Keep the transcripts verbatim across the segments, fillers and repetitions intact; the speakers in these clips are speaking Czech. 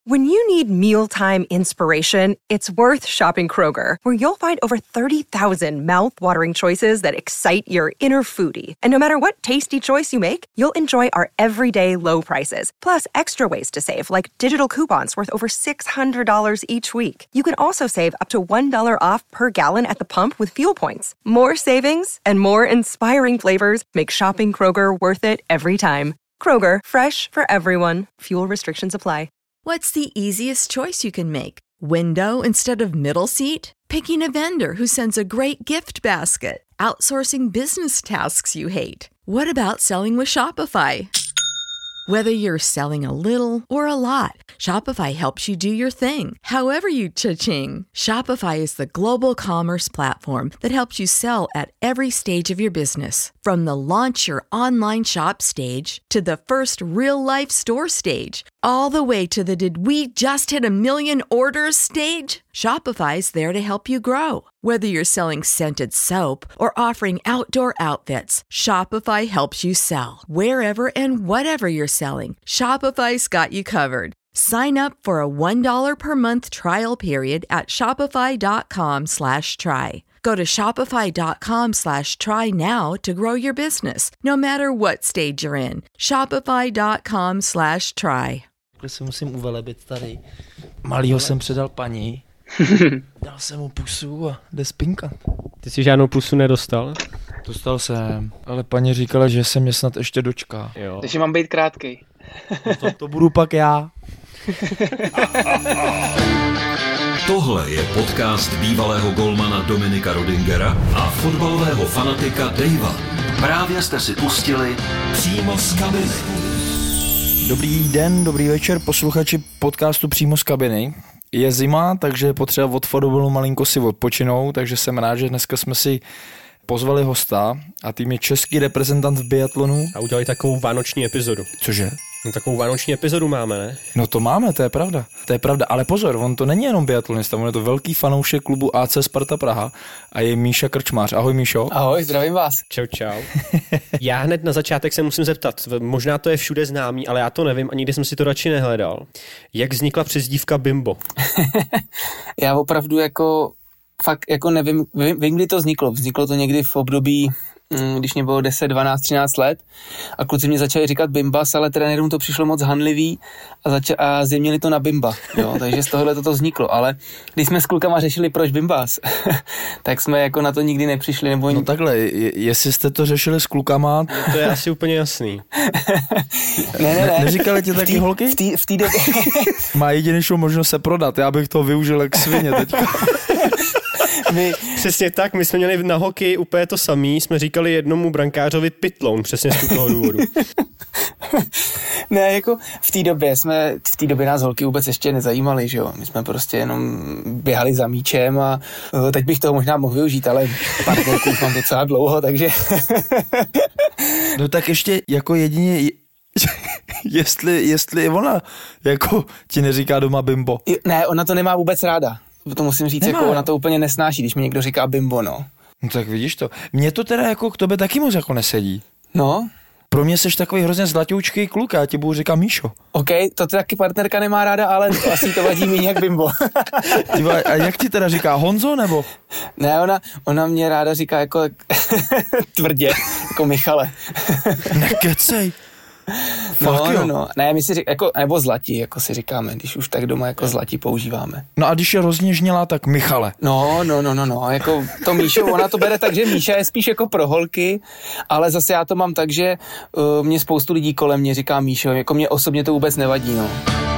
When you need mealtime inspiration, it's worth shopping Kroger, where you'll find over thirty thousand mouth-watering choices that excite your inner foodie. And no matter what tasty choice you make, you'll enjoy our everyday low prices, plus extra ways to save, like digital coupons worth over six hundred dollars each week. You can also save up to one dollar off per gallon at the pump with fuel points. More savings and more inspiring flavors make shopping Kroger worth it every time. Kroger, fresh for everyone. Fuel restrictions apply. What's the easiest choice you can make? Window instead of middle seat? Picking a vendor who sends a great gift basket? Outsourcing business tasks you hate? What about selling with Shopify? Whether you're selling a little or a lot, Shopify helps you do your thing, however you cha-ching. Shopify is the global commerce platform that helps you sell at every stage of your business. From the launch your online shop stage to the first real-life store stage, all the way to the did we just hit a million orders stage. Shopify's there to help you grow. Whether you're selling scented soap or offering outdoor outfits, Shopify helps you sell. Wherever and whatever you're selling, Shopify's got you covered. Sign up for a one dollar per month trial period at shopify.com slash try. Go to shopify.com slash try now to grow your business, no matter what stage you're in. Shopify.com slash try. Se musím uvelebit tady. Malýho jsem předal paní. Dal jsem mu pusu a jde spinkat. Ty jsi žádnou pusu nedostal? Dostal jsem, ale paní říkala, že se mě snad ještě dočká. Jo. Takže mám být krátkej. No to, to budu pak já. Tohle je podcast bývalého golmana Dominika Rodingera a fotbalového fanatika Davea. Právě jste si pustili Přímo z kabiny. Dobrý den, dobrý večer, posluchači podcastu Přímo z kabiny. Je zima, takže je potřeba od fotbalu malinko si odpočinou, takže jsem rád, že dneska jsme si pozvali hosta a tím je český reprezentant v biatlonu. A udělali takovou vánoční epizodu. Cože? No, takovou vánoční epizodu máme, ne? No to máme, to je pravda. To je pravda, ale pozor, on to není jenom biatlonista, on je to velký fanoušek klubu A C Sparta Praha a je Míša Krčmář. Ahoj Míšo. Ahoj, zdravím vás. Čau, čau. Já hned na začátek se musím zeptat, možná to je všude známý, ale já to nevím a nikdy jsem si to radši nehledal. Jak vznikla přezdívka Bimbo? Já opravdu jako fakt jako nevím, vím, vím, kdy to vzniklo. Vzniklo to někdy v období, když mě bylo deset, dvanáct, třináct let a kluci mě začali říkat Bimbas, ale trenérům to přišlo moc hanlivý a, zača- a zjemnili to na Bimba, jo, takže z tohohle to vzniklo, ale když jsme s klukama řešili proč Bimbas, tak jsme jako na to nikdy nepřišli, nebo... No takhle, je- jestli jste to řešili s klukama... No to je asi úplně jasný. ne, ne, ne. Neříkali ti taky tý, holky? V té v tý době... Má jedinečnou možnost se prodat, já bych to využil jak svině teďka. My, přesně tak, my jsme měli na hokej úplně to samý, jsme říkali jednomu brankářovi pytloun, přesně z toho důvodu. Ne, jako v té době jsme, v té době nás holky vůbec ještě nezajímaly, že jo, my jsme prostě jenom běhali za míčem a uh, teď bych toho možná mohl využít, ale partnerku už mám docela dlouho, takže... No tak ještě jako jedině... jestli, jestli ona jako ti neříká doma Bimbo. Ne, ona to nemá vůbec ráda. To musím říct, nemá. Jako ona to úplně nesnáší, když mi někdo říká Bimbo, no. No tak vidíš to. Mně to teda jako k tobě taky moc jako nesedí. No. Pro mě seš takový hrozně zlatoučký kluk, já ti budu říkat Míšo. OK, to taky partnerka nemá ráda, ale to asi to vadí méně jak Bimbo. A jak ti teda říká, Honzo, nebo? Ne, ona, ona mě ráda říká jako tvrdě, jako Michale. Nekecej. No, no, no, ne, my si říkáme, jako, nebo zlatí, jako si říkáme, když už tak doma jako zlatí používáme. No a když je rozněžnělá, tak Michale. No, no, no, no, no, jako to Míšo, ona to bere tak, že Míša je spíš jako pro holky, ale zase já to mám tak, že uh, mě spoustu lidí kolem mě říká Míšo, jako mě osobně to vůbec nevadí, no.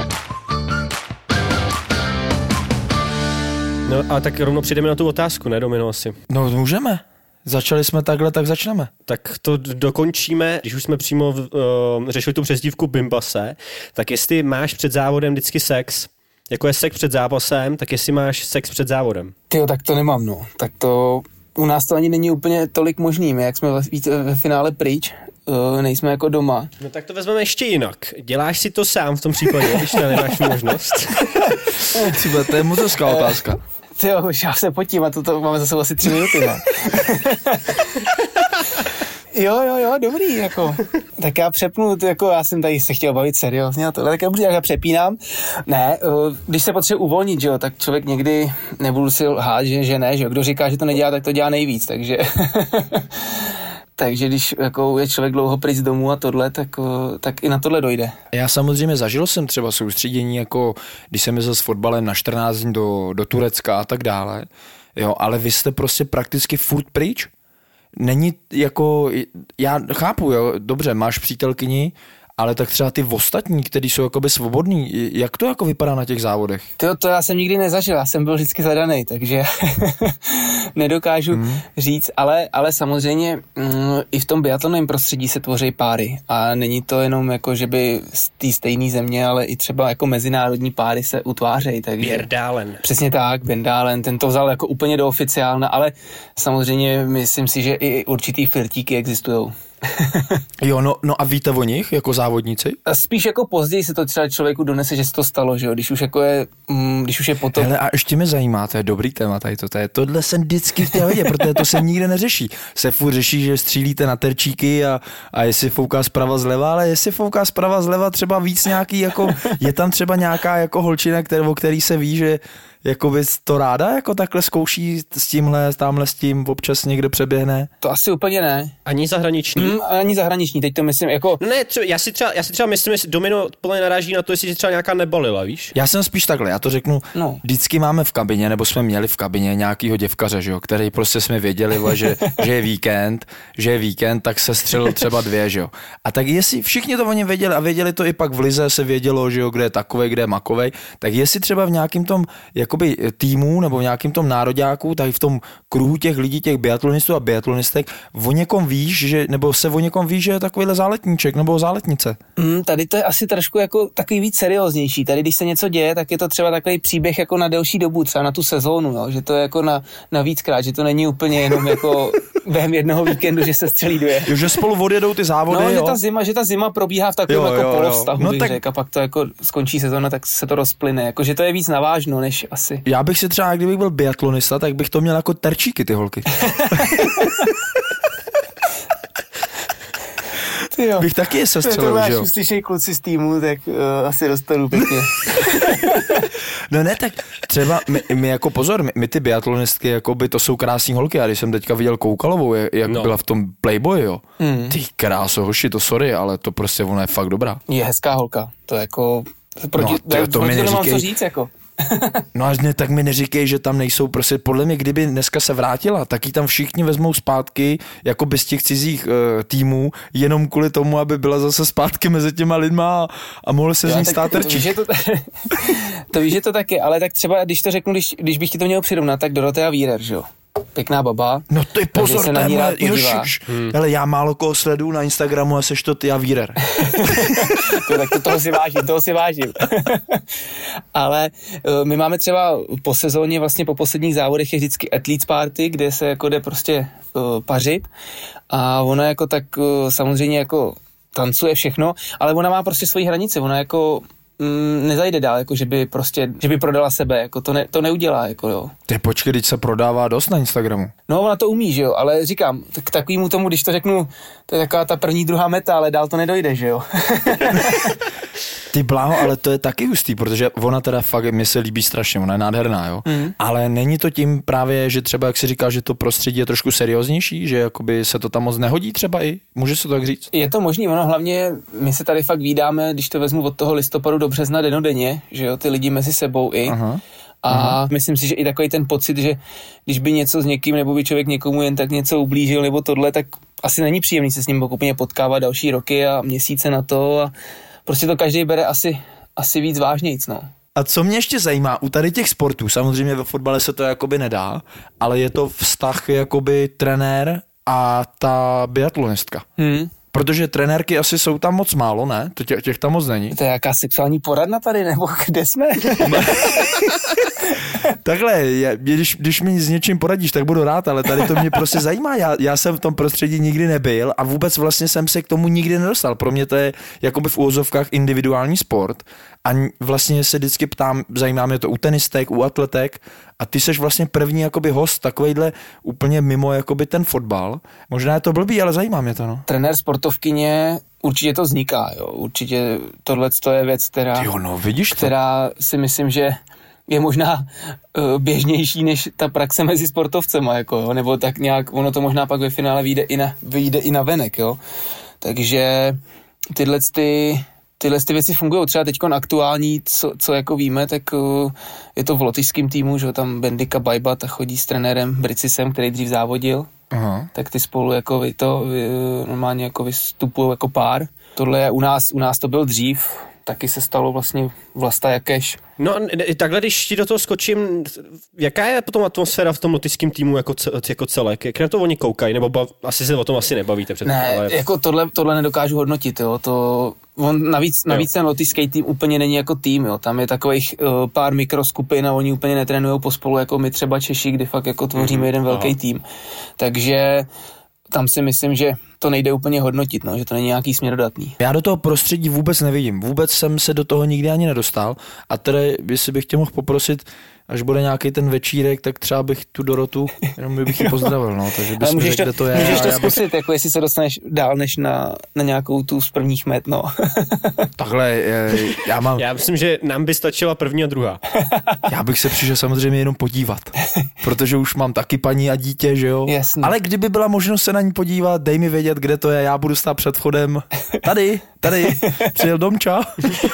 No a tak rovno přijdeme na tu otázku, ne, Domino, asi? No můžeme. Začali jsme takhle, tak začneme. Tak to dokončíme, když už jsme přímo uh, řešili tu přezdívku Bimbase, tak jestli máš před závodem vždycky sex, jako je sex před zápasem, tak jestli máš sex před závodem. Tyjo, tak to nemám, no. Tak to, u nás to ani není úplně tolik možný, my jak jsme víc ve finále pryč, uh, nejsme jako doma. No tak to vezmeme ještě jinak. Děláš si to sám v tom případě, když to nemáš možnost? Třeba, to je moc otázka. Tyjo, už já se potím a toto máme zase asi tři minuty, no. Jo, jo, jo, dobrý, jako. Tak já přepnu, jako já jsem tady se chtěl bavit seriózně a tohle, tak já, já přepínám. Ne, když se potřebuje uvolnit, že jo, tak člověk někdy, nebudu si lhát, že, že ne, že jo, kdo říká, že to nedělá, tak to dělá nejvíc, takže... Takže když jako je člověk dlouho pryč z domu a tohle, tak, tak i na tohle dojde. Já samozřejmě zažil jsem třeba soustředění, jako když jsem jezdil s fotbalem na čtrnáct dní do, do Turecka a tak dále, jo, ale vy jste prostě prakticky furt pryč. Není jako, já chápu, jo, dobře, máš přítelkyni, ale tak třeba ty ostatní, kteří jsou jakoby svobodní, jak to jako vypadá na těch závodech? To, to já jsem nikdy nezažil, já jsem byl vždycky zadaný, takže nedokážu hmm. říct, ale, ale samozřejmě mm, i v tom biatlonovém prostředí se tvoří páry a není to jenom jako, že by z té stejné země, ale i třeba jako mezinárodní páry se utvářejí. Bjerdálen. Přesně tak, Bjerdálen, ten to vzal jako úplně do oficiálna, ale samozřejmě myslím si, že i určitý flirtíky existujou. Jo, no, no a víte o nich jako závodníci? A spíš jako později se to třeba člověku donese, že se to stalo, že jo, když už jako je, mm, když už je potom. Hele, a ještě mě zajímá, to je dobrý téma tady to, to je, tohle jsem vždycky chtěl vidět, protože to se nikde neřeší. Se furt řeší, že střílíte na terčíky a, a jestli fouká zprava zleva, ale jestli fouká zprava zleva třeba víc nějaký, jako, je tam třeba nějaká jako holčina, který, o který se ví, že jako bys to ráda jako takhle zkouší s tímhle, tamhle s tím, občas někde přeběhne? To asi úplně ne. Ani zahraniční? Mm, ani zahraniční, teď to myslím jako... Ne, třeba, já, si třeba, já si třeba myslím, že Domino podle naráží na to, jestli třeba nějaká nebalila, víš? Já jsem spíš takhle, já to řeknu, no. Vždycky máme v kabině, nebo jsme měli v kabině nějakýho děvkaře, že jo, který prostě jsme věděli, že, že je víkend, že je víkend, tak se střelil třeba dvě, že jo. A tak jestli všichni to o něm věděli a věděli to i pak v lize se vědělo, že jo, kde je takovej, kde je makovej, tak jestli třeba v nějakým tom jakoby týmu nebo v nějakým tom nároďáku, tak v tom kruhu těch lidí, těch biatlonistů a biatlonistek, o někom víš, že, nebo se o někom víš, že je takovýhle záletníček nebo záletnice. Mm, tady to je asi trošku jako takový víc serióznější. Tady, když se něco děje, tak je to třeba takový příběh jako na delší dobu, třeba na tu sezónu, jo? Že to je jako na, na víckrát, že to není úplně jenom jako během jednoho víkendu, že se střelí dvě. Jo, že spolu odjedou ty závody, no, jo? že ta zima, že ta zima probíhá v takovém jako jo, polovztahu, no, bych tak... řekl, a pak to jako skončí sezóna, tak se to rozplyne. Jako, že to je víc navážno, než asi. Já bych si třeba, kdybych byl biatlonista, tak bych to měl jako terčíky, ty holky. Jo. Bych taky je sestřelil, že jo? Uslyšej kluci z týmu, tak uh, asi dostanu pěkně. No ne, tak třeba my, my jako pozor, my, my ty biatlonistky, jako by to jsou krásný holky, a když jsem teďka viděl Koukalovou, jak no. byla v tom Playboyi, jo. Mm. Ty kráso, hoši, to sorry, ale to prostě ona je fakt dobrá. Je hezká holka, to jako... Proti, no, to, to mi nemám co říct, jako. No a ne, tak mi neříkej, že tam nejsou, prostě podle mě, kdyby dneska se vrátila, tak ji tam všichni vezmou zpátky, jako bez těch cizích uh, týmů, jenom kvůli tomu, aby byla zase zpátky mezi těma lidma a, a mohli se jo, z ní stát terčí. To, to víš, že to taky, ale tak třeba, když to řeknu, když, když bych ti to měl přirovnat, tak Dorothea Wierer, že jo? Pěkná baba. No ty pozor, to je ježiš. Hmm. Hele, já málo koho sleduju na Instagramu a seš to ty a Wierer. to, tak to, toho si vážím, toho si vážím. Ale uh, my máme třeba po sezóně, vlastně po posledních závodech je vždycky athletes party, kde se jako jde prostě uh, pařit a ona jako tak uh, samozřejmě jako tancuje všechno, ale ona má prostě svoji hranice, ona jako mm, nezajde dál, jako že by prostě, že by prodala sebe, jako to, ne, to neudělá, jako jo. Ty počkej, když se prodává dost na Instagramu. No, ona to umí, že jo, ale říkám, k takovému tomu, když to řeknu, to je taková ta první, druhá meta, ale dál to nedojde, že jo. Ty bláho, ale to je taky hustý, protože ona teda fakt, mi se líbí strašně, ona je nádherná, jo. Mm. Ale není to tím právě, že třeba, jak si říkal, že to prostředí je trošku serióznější, že jakoby se to tam moc nehodí třeba i? Může se to tak říct? Je to možný, ono hlavně, my se tady fakt vídáme, když to vezmu od toho listopadu do března denodenně, že jo, ty lidi mezi sebou i. Aha. A Aha. myslím si, že i takový ten pocit, že když by něco s někým, nebo by člověk někomu jen tak něco ublížil, nebo tohle, tak asi není příjemný se s ním úplně potkávat další roky a měsíce na to a prostě to každý bere asi, asi víc vážnějc, no. A co mě ještě zajímá, u tady těch sportů, samozřejmě ve fotbale se to jakoby nedá, ale je to vztah jakoby trenér a ta biatlonistka. Hmm. Protože trenérky asi jsou tam moc málo, ne? To těch, těch tam moc není. To je jaká sexuální poradna tady, nebo kde jsme? Takhle, já, když, když mi s něčím poradíš, tak budu rád, ale tady to mě prostě zajímá. Já, já jsem v tom prostředí nikdy nebyl a vůbec vlastně jsem se k tomu nikdy nedostal. Pro mě to je jakoby v úvozovkách individuální sport A vlastně se vždycky ptám, zajímá mě to u tenistek, u atletek a ty seš vlastně první jakoby host takovejhle úplně mimo jakoby ten fotbal. Možná je to blbý, ale zajímá mě to, no. Trenér sportovkyně, určitě to vzniká, jo. Určitě tohle je věc, která, jo, no, vidíš to? která si myslím, že je možná uh, běžnější než ta praxe mezi sportovcema, jako, jo. Nebo tak nějak, ono to možná pak ve finále vyjde i na, vyjde i na venek, jo. Takže tyhle ty Tyhle ty věci fungují. Třeba teď aktuální, co, co jako víme, tak uh, je to v lotyšském týmu, že tam Bendika Bajbat a chodí s trenérem Bricisem, který dřív závodil. Aha. Tak ty spolu jako vy to vy, normálně jako vystupují jako pár. Tohle je u nás, u nás to byl dřív, taky se stalo vlastně Vlasta Jakeš. No takhle, když ti do toho skočím, jaká je potom atmosféra v tom lotyšském týmu jako, jako celek? Jak na to oni koukají? Nebo bav, asi se o tom asi nebavíte před. Ne, ale... jako tohle, tohle nedokážu hodnotit, jo. To, on navíc, navíc ten lotyšský tým úplně není jako tým, jo. Tam je takových uh, pár mikroskupin a oni úplně netrénujou pospolu jako my třeba Češi, kdy fakt jako tvoříme mm-hmm. jeden velký Aha. tým. Takže tam si myslím, že to nejde úplně hodnotit, no, že to není nějaký směrodatný. Já do toho prostředí vůbec nevidím. Vůbec jsem se do toho nikdy ani nedostal. A tedy, jestli bych tě mohl poprosit, až bude nějaký ten večírek, tak třeba bych tu Dorotu, jenom bych ji pozdravil, no, takže bys mi řekl, kde to je. Můžeš to bych... zkusit, jako jestli se dostaneš dál než na, na nějakou tu z prvních met, no. Takhle, já mám... Já myslím, že nám by stačila první a druhá. Já bych se přišel samozřejmě jenom podívat, protože už mám taky paní a dítě, že jo? Jasný. Ale kdyby byla možnost se na ní podívat, dej mi vědět, kde to je, já budu stát před vchodem. Tady, tady, přijel Domča.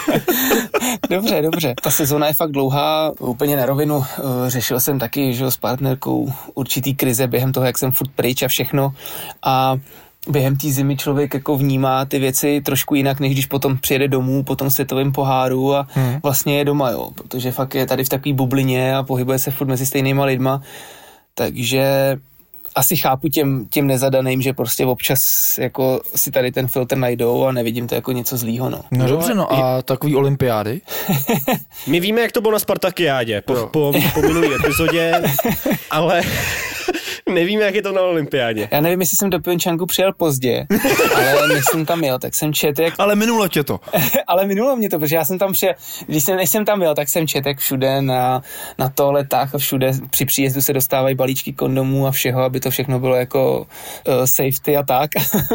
Dobře, dobře. Ta sezona je fakt dlouhá, úplně na rovinu. Řešil jsem taky, že s partnerkou určitý krize během toho, jak jsem furt pryč a všechno. A během té zimy člověk jako vnímá ty věci trošku jinak, než když potom přijede domů po tom světovém poháru a hmm. vlastně je doma, jo. Protože fakt je tady v takové bublině a pohybuje se furt mezi stejnýma lidma. Takže asi chápu těm, těm nezadaným, že prostě občas jako si tady ten filtr najdou a nevidím to jako něco zlýho, no. No dobře, no a takový olympiády? My víme, jak to bylo na Spartakiádě po, po, po minulý epizodě, ale nevíme, jak je to na olympiádě. Já nevím, jestli jsem do Pyeongchangu přijel pozdě, ale než jsem tam jel, tak jsem četl, jak... Ale minulo tě to. Ale minulo mě to, protože já jsem tam přijel, když jsem, než jsem tam jel, tak jsem četl, jak všude na, na toaletách a všude při příjezdu se dostávají balíčky kondomů a všeho, aby to všechno bylo jako uh, safety a tak.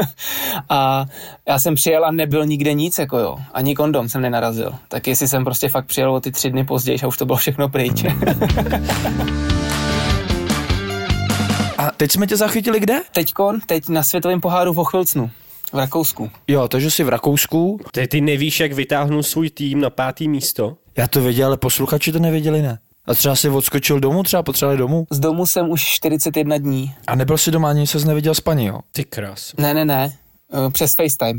A já jsem přijel a nebyl nikde nic, jako jo. Ani kondom jsem nenarazil. Tak jestli jsem prostě fakt přijel o ty tři dny později a už to bylo všechno pryč. A teď jsme tě zachytili kde? Teďkon, teď na světovém poháru v Ochvilcnu, v Rakousku. Jo, takže jsi v Rakousku. Ty, ty nevíš, jak vytáhnu svůj tým na pátý místo? Já to věděl, ale posluchači to nevěděli, ne? A třeba jsi odskočil domů, třeba potřebovali domů? Z domu jsem už čtyřicet jedna dní. A nebyl jsi doma, ani ses neviděl s paní, jo? Ty krás. Ne, ne, ne, přes FaceTime.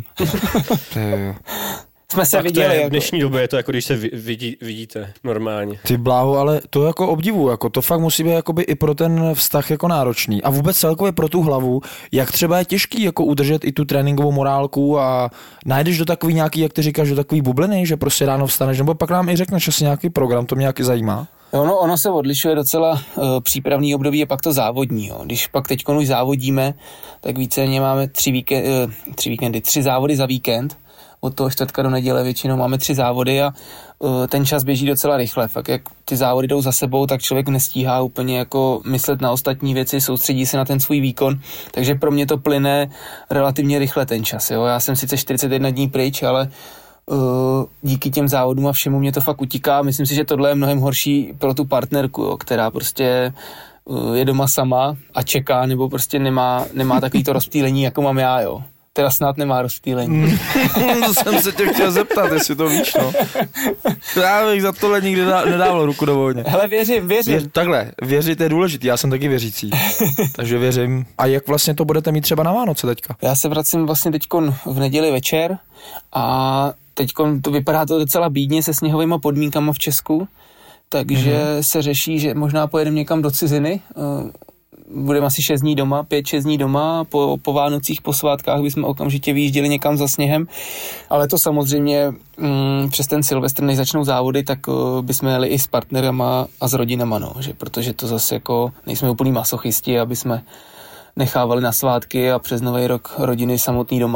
Jsme se tak viděli. To je, jako... v dnešní době je to jako když se vidí, vidíte normálně. Ty bláho, ale to jako obdivu, jako to fakt musí být jakoby i pro ten vztah jako náročný. A vůbec celkově pro tu hlavu, jak třeba je těžký jako udržet i tu tréninkovou morálku a najdeš do takový nějaký, jak ty říkáš, do takový bubliny, že prostě ráno vstaneš, nebo pak nám i řekneš asi nějaký program, to mě nějaký zajímá. Ono, ono se odlišuje docela uh, přípravný období a pak to závodní. Jo. Když pak teď už závodíme, tak víceméně máme tři, víke, uh, tři víkendy, tři závody za víkend. Od toho čtvrtka do neděle většinou máme tři závody a uh, ten čas běží docela rychle. Fakt jak ty závody jdou za sebou, tak člověk nestíhá úplně jako myslet na ostatní věci, soustředí se na ten svůj výkon, takže pro mě to plyne relativně rychle ten čas. Jo. Já jsem sice čtyřicet jedna dní pryč, ale uh, díky těm závodům a všemu mě to fakt utíká. Myslím si, že tohle je mnohem horší pro tu partnerku, jo, která prostě uh, je doma sama a čeká, nebo prostě nemá, nemá takový to rozptýlení, jako mám já, jo. Teda snad nemá rozptýlení. To jsem se tě chtěl zeptat, jestli to víš, no. Já bych za tohle nikdy nedával ruku do ohně. Hele, věřím, věřím. Věř, takhle, věřit je důležitý, já jsem taky věřící. Takže věřím. A jak vlastně to budete mít třeba na Vánoce teďka? Já se vracím vlastně teďkon v neděli večer a teďkon to vypadá to docela bídně se sněhovýma podmínkama v Česku, takže mm-hmm. se řeší, že možná pojedeme někam do ciziny. Budeme asi šest dní doma, pět, šest dní doma, po, po Vánocích, po svátkách bychom okamžitě vyjížděli někam za sněhem, ale to samozřejmě mm, přes ten Silvestr, než začnou závody, tak uh, bychom jeli i s partnerama a s rodinama, no, že protože to zase jako nejsme úplný masochisti, aby jsme nechávali na svátky a přes nový rok rodiny samotný doma, no.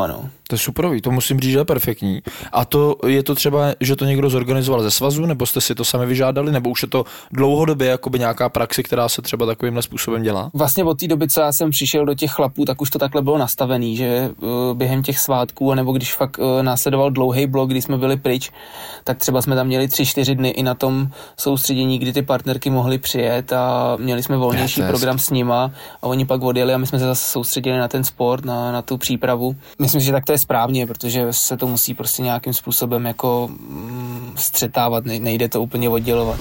To je superový, to musím říct, že je perfektní. A to je to třeba, že to někdo zorganizoval ze svazu, nebo jste si to sami vyžádali, nebo už je to dlouhodobě jakoby nějaká praxe, která se třeba takovýmhle způsobem dělá? Vlastně od té doby, co já jsem přišel do těch chlapů, tak už to takhle bylo nastavený, že uh, během těch svátků, anebo když fakt uh, následoval dlouhý blok, kdy jsme byli pryč, tak třeba jsme tam měli tři, čtyři dny i na tom soustředění, kdy ty partnerky mohly přijet a měli jsme volnější program s nima a oni pak odjeli a my jsme se zase soustředili na ten sport, na, na tu přípravu. Myslím si, že tak to je správně, protože se to musí prostě nějakým způsobem jako mm, střetávat, nejde to úplně oddělovat.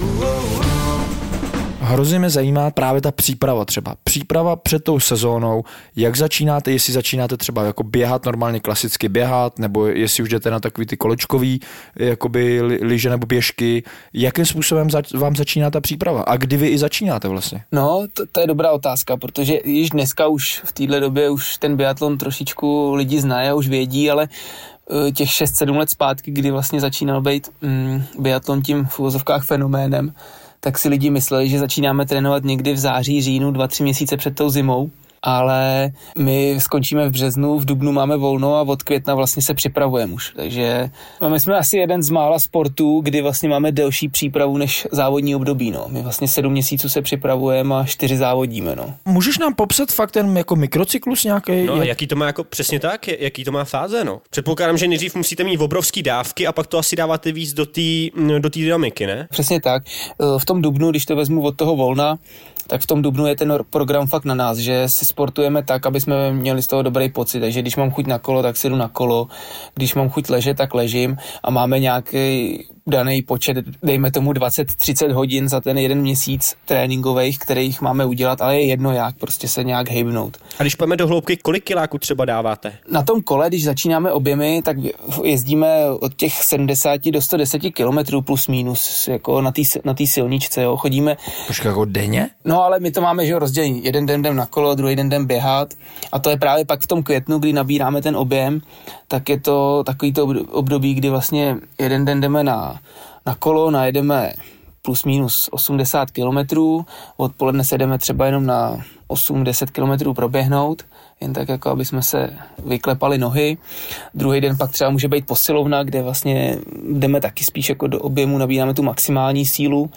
Hrozně mě zajímá právě ta příprava třeba. Příprava před tou sezónou, jak začínáte, jestli začínáte třeba jako běhat, normálně klasicky běhat, nebo jestli už jdete na takový ty kolečkový jakoby lyže nebo běžky, jakým způsobem zač- vám začíná ta příprava? A kdy vy i začínáte vlastně? No, to, to je dobrá otázka, protože již dneska už v téhle době už ten biatlon trošičku lidi znají a už vědí, ale těch šest sedm let zpátky, kdy vlastně začínal být mm, biatlon tím v uvozovkách fenoménem, tak si lidi mysleli, že začínáme trénovat někdy v září, říjnu, dva, tři měsíce před tou zimou, ale my skončíme v březnu, v dubnu máme volno a od května vlastně se připravujeme už. Takže my jsme asi jeden z mála sportů, kdy vlastně máme delší přípravu než závodní období. No. My vlastně sedm měsíců se připravujeme a čtyři závodíme. No. Můžeš nám popsat fakt ten jako mikrocyklus nějaký? No a jaký to má jako přesně tak? Jaký to má fáze? No? Předpokládám, že nejdřív musíte mít obrovský dávky a pak to asi dáváte víc do té do té dynamiky, ne? Přesně tak. V tom dubnu, když to vezmu od toho volna, tak v tom dubnu je ten program fakt na nás, že si sportujeme tak, aby jsme měli z toho dobrý pocit. Takže když mám chuť na kolo, tak si jdu na kolo. Když mám chuť ležet, tak ležím a máme nějaký daný počet, dejme tomu dvacet třicet hodin za ten jeden měsíc tréninkových, kterých máme udělat, ale je jedno jak, prostě se nějak hejbnout. A když půjdeme do hloubky, kolik kiláků třeba dáváte? Na tom kole, když začínáme objemy, tak jezdíme od těch sedmdesát do sto deset kilometrů plus minus, jako na té na té silničce, jo, chodíme. Počkej, jako denně? No ale my to máme, že jo, rozdělení. Jeden den jdem na kolo, druhý den jdem běhat a to je právě pak v tom květnu, kdy nabíráme ten objem, tak je to takový to období, kdy vlastně jeden den jdeme na, na kolo, najedeme plus minus osmdesát kilometrů, odpoledne se jdeme třeba jenom na osm deset kilometrů proběhnout, jen tak jako, aby jsme se vyklepali nohy. Druhý den pak třeba může být posilovna, kde vlastně jdeme taky spíš jako do objemu, nabíráme tu maximální sílu.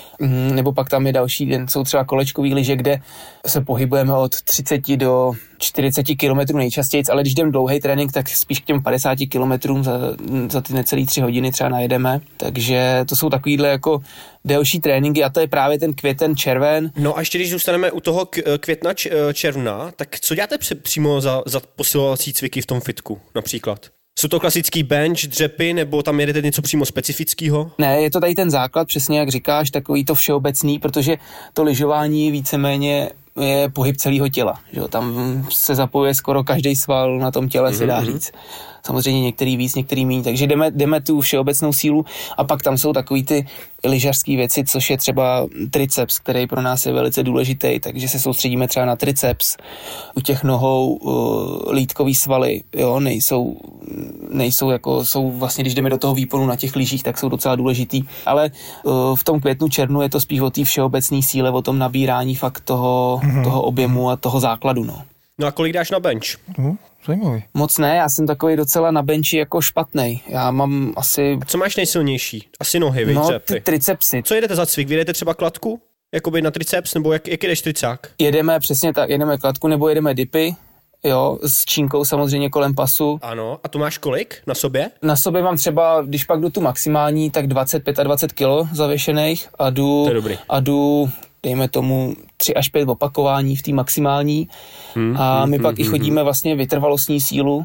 Nebo pak tam je další den, jsou třeba kolečkový lyže, kde se pohybujeme od třicet do čtyřicet kilometrů nejčastěji, ale když jdem dlouhý trénink, tak spíš k těm padesáti kilometrům za, za ty necelý tři hodiny třeba najedeme. Takže to jsou takovýhle jako delší tréninky a to je právě ten květen, červen. No a ještě když zůstaneme u toho května, června, tak co děláte přímo za, za posilovací cviky v tom fitku například? Jsou to klasický bench, dřepy, nebo tam jedete něco přímo specifického? Ne, je to tady ten základ, přesně jak říkáš, takový to všeobecný, protože to lyžování víceméně je pohyb celého těla. Že? Tam se zapojuje skoro každý sval na tom těle, mm-hmm. se dá říct. Samozřejmě některý víc, některý méně, takže jdeme, jdeme tu všeobecnou sílu a pak tam jsou takový ty lyžařský věci, což je třeba triceps, který pro nás je velice důležitý, takže se soustředíme třeba na triceps. U těch nohou uh, lítkový svaly, jo, nejsou, nejsou jako, jsou vlastně, když jdeme do toho výponu na těch lyžích, tak jsou docela důležitý, ale uh, v tom květnu, červnu je to spíš o té všeobecné síle, o tom nabírání fakt toho, mm-hmm. toho objemu a toho základu, no. No a kolik dáš na bench? Uh, zajímavý. Moc ne, já jsem takový docela na benchi jako špatnej. Já mám asi... Co máš nejsilnější? Asi nohy, vy, No, dřepy. ty tricepsy. Co jedete za cvik? Vy jedete třeba kladku? Jakoby na triceps? Nebo jak, jak jedeš tricák? Jedeme přesně tak, jedeme kladku nebo jedeme dipy, jo, s čínkou samozřejmě kolem pasu. Ano, a tu máš kolik na sobě? Na sobě mám třeba, když pak jdu tu maximální, tak dvacet pět a dvacet kilo zavěšených a jdu, to je dobrý. a jdu, dejme tomu, tři až pět opakování v té maximální hmm, a my hmm, pak hmm, i chodíme vlastně vytrvalostní sílu,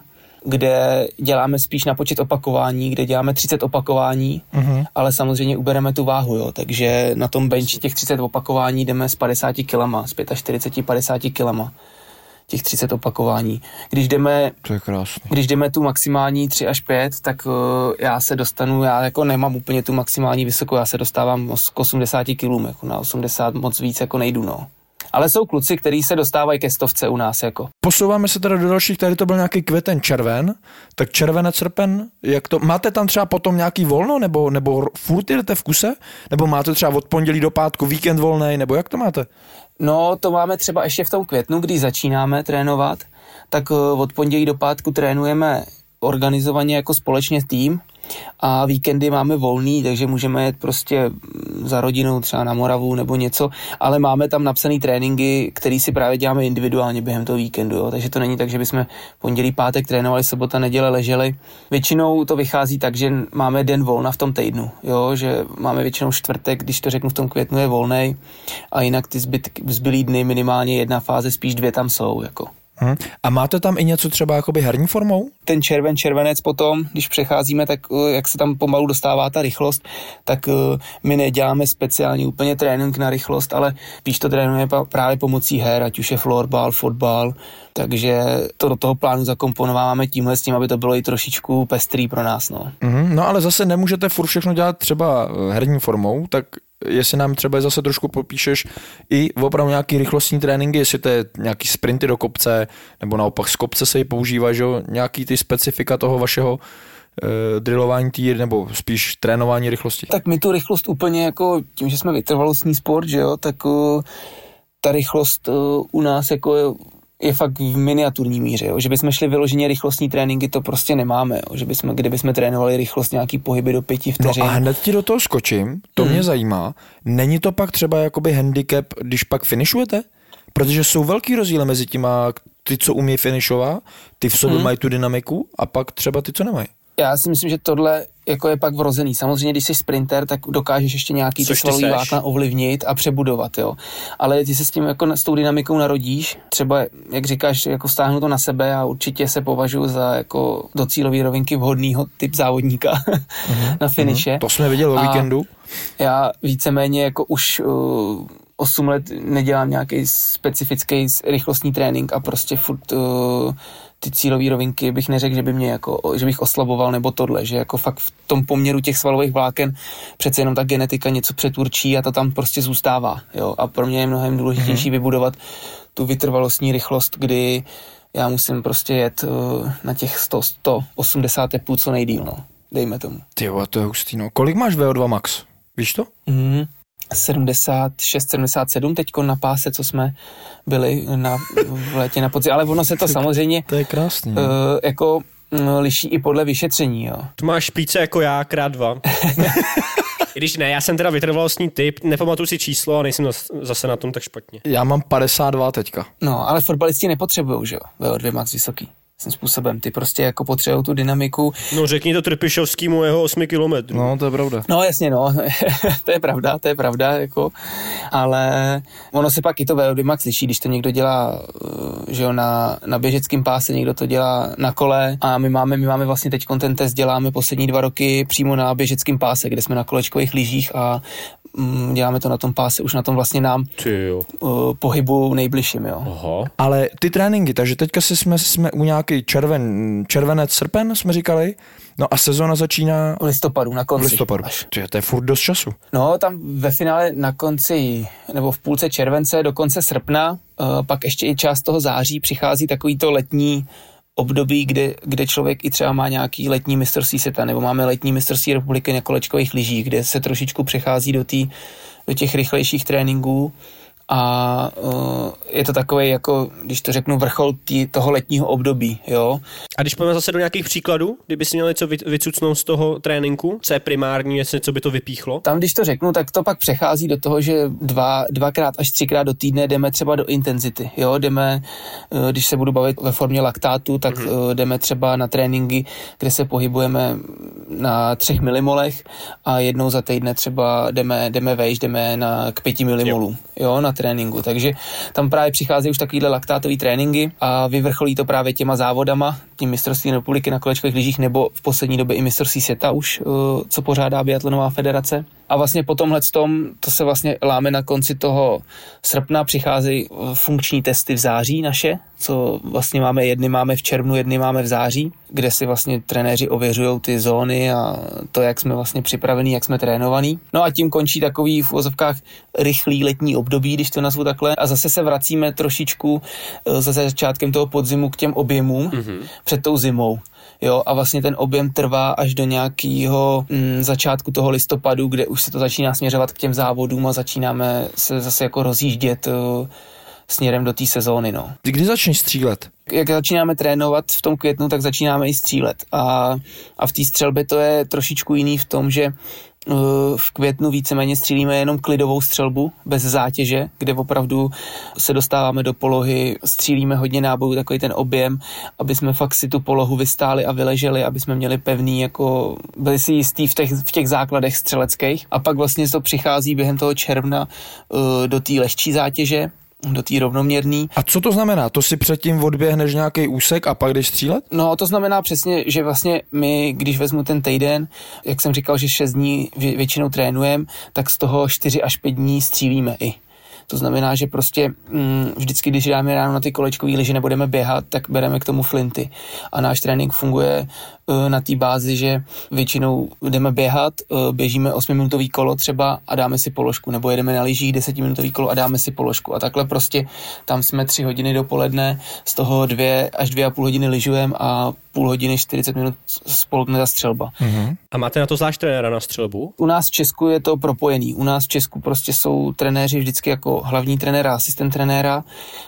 kde děláme spíš na počet opakování, kde děláme třicet opakování, uh-huh. ale samozřejmě ubereme tu váhu, jo, takže na tom benchi těch třicet opakování jdeme s padesáti kilama, s čtyřicet pět padesáti kilama, těch třicet opakování. Když jdeme, to je krásný. Když jdeme tu maximální tři až pět, tak uh, já se dostanu, já jako nemám úplně tu maximální vysokou, já se dostávám k osmdesáti kilům, jako na osmdesát moc víc jako nejdu, no. Ale jsou kluci, kteří se dostávají ke stovce u nás, jako. Posouváme se teda do dalších, tady to byl nějaký květen, červen, tak červenec, srpen, jak to, máte tam třeba potom nějaký volno, nebo, nebo furt jdete v kuse, nebo máte třeba od pondělí do pátku víkend volnej, nebo jak to máte? No, to máme třeba ještě v tom květnu, když začínáme trénovat, tak od pondělí do pátku trénujeme organizovaně jako společně tým a víkendy máme volný, takže můžeme jet prostě za rodinou třeba na Moravu nebo něco, ale máme tam napsaný tréninky, který si právě děláme individuálně během toho víkendu, jo? Takže to není tak, že bychom pondělí, pátek trénovali, sobota, neděle leželi. Většinou to vychází tak, že máme den volna v tom týdnu, jo? Že máme většinou čtvrtek, když to řeknu v tom květnu je volnej a jinak ty zbyt, zbylý dny minimálně jedna fáze, spíš dvě tam jsou, jako. Hmm. A máte tam i něco třeba jakoby herní formou? Ten červen, červenec potom, když přecházíme, tak jak se tam pomalu dostává ta rychlost, tak my neděláme speciálně úplně trénink na rychlost, ale spíš to trénujeme právě pomocí her, ať už je florbal, fotbal, takže to do toho plánu zakomponováváme tímhle s tím, aby to bylo i trošičku pestrý pro nás. No, mm, no ale zase nemůžete furt všechno dělat třeba herní formou, tak jestli nám třeba zase trošku popíšeš i opravdu nějaký rychlostní tréninky, jestli to je nějaký sprinty do kopce, nebo naopak z kopce se ji používá, že jo, nějaký ty specifika toho vašeho e, drillování tý, nebo spíš trénování rychlosti. Tak my tu rychlost úplně jako tím, že jsme vytrvalostní sport, že jo, tak uh, ta rychlost uh, u nás jako je, je fakt v miniaturní míře, jo? Že bychom šli vyloženě rychlostní tréninky, to prostě nemáme, jo? Že bychom, kdybychom trénovali rychlost nějaký pohyby do pěti vteřin. No a hned ti do toho skočím, to hmm. mě zajímá, není to pak třeba jakoby handicap, když pak finišujete? Protože jsou velký rozdíly mezi těma, ty, co umí finišovat, ty v sobě hmm. mají tu dynamiku a pak třeba ty, co nemají. Já si myslím, že tohle jako je pak vrozený. Samozřejmě, když jsi sprinter, tak dokážeš ještě nějaký ty svalový vlákna ovlivnit a přebudovat, jo. Ale ty se s tím jako s tou dynamikou narodíš. Třeba, jak říkáš, jako stáhnu to na sebe a určitě se považuji za jako do cílové rovinky vhodného typ závodníka mm-hmm. na finiše. To jsme viděli o víkendu. Já víceméně jako už uh, osm let nedělám nějaký specifický rychlostní trénink a prostě furt uh, ty cílové rovinky bych neřekl, že by mě jako, že bych oslaboval nebo tohle, že jako fakt v tom poměru těch svalových vláken přece jenom ta genetika něco přeturčí a to tam prostě zůstává, jo. A pro mě je mnohem důležitější mm-hmm. vybudovat tu vytrvalostní rychlost, kdy já musím prostě jet uh, na těch sto, sto osmdesát tepů co nejdýl, no. Dejme tomu. Tyjo, to je hustý, no. Kolik máš V O dva max? Víš to? Mhm. sedmdesát šest sedmdesát sedm teďko na páse, co jsme byli na, v létě na podzim, ale ono se to samozřejmě to je krásný, uh, jako uh, liší i podle vyšetření, jo. Tu máš špice jako já, krát dva. I když ne, já jsem teda vytrvalostní typ, nepamatuju si číslo a nejsem zase na tom tak špatně. Já mám padesát dva teďka. No, ale fotbalisti nepotřebujou, že jo, V O dva max vysoký. Tím způsobem, ty prostě jako potřebují tu dynamiku. No řekni to Trpišovskýmu jeho osmi kilometrů. No to je pravda. No jasně, no, to je pravda, to je pravda, jako, ale ono se pak i to V O dva max liší, když to někdo dělá, že jo, na, na běžeckém páse, někdo to dělá na kole a my máme, my máme vlastně teď ten test děláme poslední dva roky přímo na běžeckém páse, kde jsme na kolečkových lyžích a mm, děláme to na tom páse, už na tom vlastně nám uh, pohybu nejbližším, jo. Aha. Ale ty tréninky, takže teďka si jsme, jsme u nějaký červen, červenec, srpen jsme říkali, no a sezóna začíná v listopadu, na konci. V listopadu, Čiže to je furt dost času. No tam ve finále na konci, nebo v půlce července do konce srpna, uh, pak ještě i část toho září přichází takový to letní období, kde, kde člověk i třeba má nějaký letní mistrovství světa, nebo máme letní mistrovství republiky na kolečkových lyžích, kde se trošičku přechází do, tý, do těch rychlejších tréninků a uh, je to takový, jako, když to řeknu, vrchol tý, toho letního období, jo. A když půjdeme zase do nějakých příkladů, kdyby si měl něco vycucnout z toho tréninku, co je primární, jestli něco by to vypíchlo? Tam, když to řeknu, tak to pak přechází do toho, že dva, dvakrát až třikrát do týdne jdeme třeba do intenzity, jo, jdeme, když se budu bavit ve formě laktátu, tak mm-hmm. jdeme třeba na tréninky, kde se pohybujeme na třech milimolech a jednou za týdne třeba jdeme, jdeme vejš, jdeme na, k pěti milimolům, jo, na tréninku, takže tam právě přicházejí už takovýhle laktátový tréninky a vyvrcholí to právě těma závodama, tím mistrovství republiky na kolečkových lyžích nebo v poslední době i mistrovství světa už, co pořádá biatlonová federace. A vlastně po tomhle tom, to se vlastně láme na konci toho srpna, přicházejí funkční testy v září naše, co vlastně máme, jedny máme v červnu, jedny máme v září, kde si vlastně trenéři ověřují ty zóny a to, jak jsme vlastně připravení, jak jsme trénovaní. No a tím končí takový v uvozovkách rychlý letní období, když to nazvu takhle. A zase se vracíme trošičku za začátkem toho podzimu k těm objemům mm-hmm. před tou zimou. Jo, a vlastně ten objem trvá až do nějakého mm, začátku toho listopadu, kde už se to začíná směřovat k těm závodům a začínáme se zase jako rozjíždět uh, směrem do té sezóny, no. Kdy začneš střílet? Jak začínáme trénovat v tom květnu, tak začínáme i střílet. A, a v té střelbě to je trošičku jiný v tom, že uh, v květnu víceméně střílíme jenom klidovou střelbu, bez zátěže, kde opravdu se dostáváme do polohy, střílíme hodně nábojů, takový ten objem, aby jsme fakt si tu polohu vystáli a vyleželi, aby jsme měli pevný, jako byli si jistý v těch, v těch základech střeleckých. A pak vlastně to přichází během toho června uh, do té lehčí zátěže, do té rovnoměrný. A co to znamená? To si předtím odběhneš nějaký úsek a pak jdeš střílet? No, to znamená přesně, že vlastně my, když vezmu ten týden, jak jsem říkal, že šest dní vě- většinou trénujeme, tak z toho čtyři až pět dní střílíme i. To znamená, že prostě mm, vždycky, když dáme ráno na ty kolečkový lyže, nebudeme běhat, tak bereme k tomu flinty. A náš trénink funguje uh, na té bázi, že většinou jdeme běhat, uh, běžíme osmiminutový kolo třeba a dáme si položku, nebo jedeme na lyžích desetiminutový kolo a dáme si položku. A takhle prostě tam jsme tři hodiny dopoledne, z toho dvě až dvě a půl hodiny lyžujeme a půl hodiny, čtyřicet minut spolkne ta střelba. Mm-hmm. A máte na to zvlášť trenéra na střelbu? U nás v Česku je to propojený. U nás v Česku prostě jsou trenéři vždycky jako hlavní trenér a asistent trenéra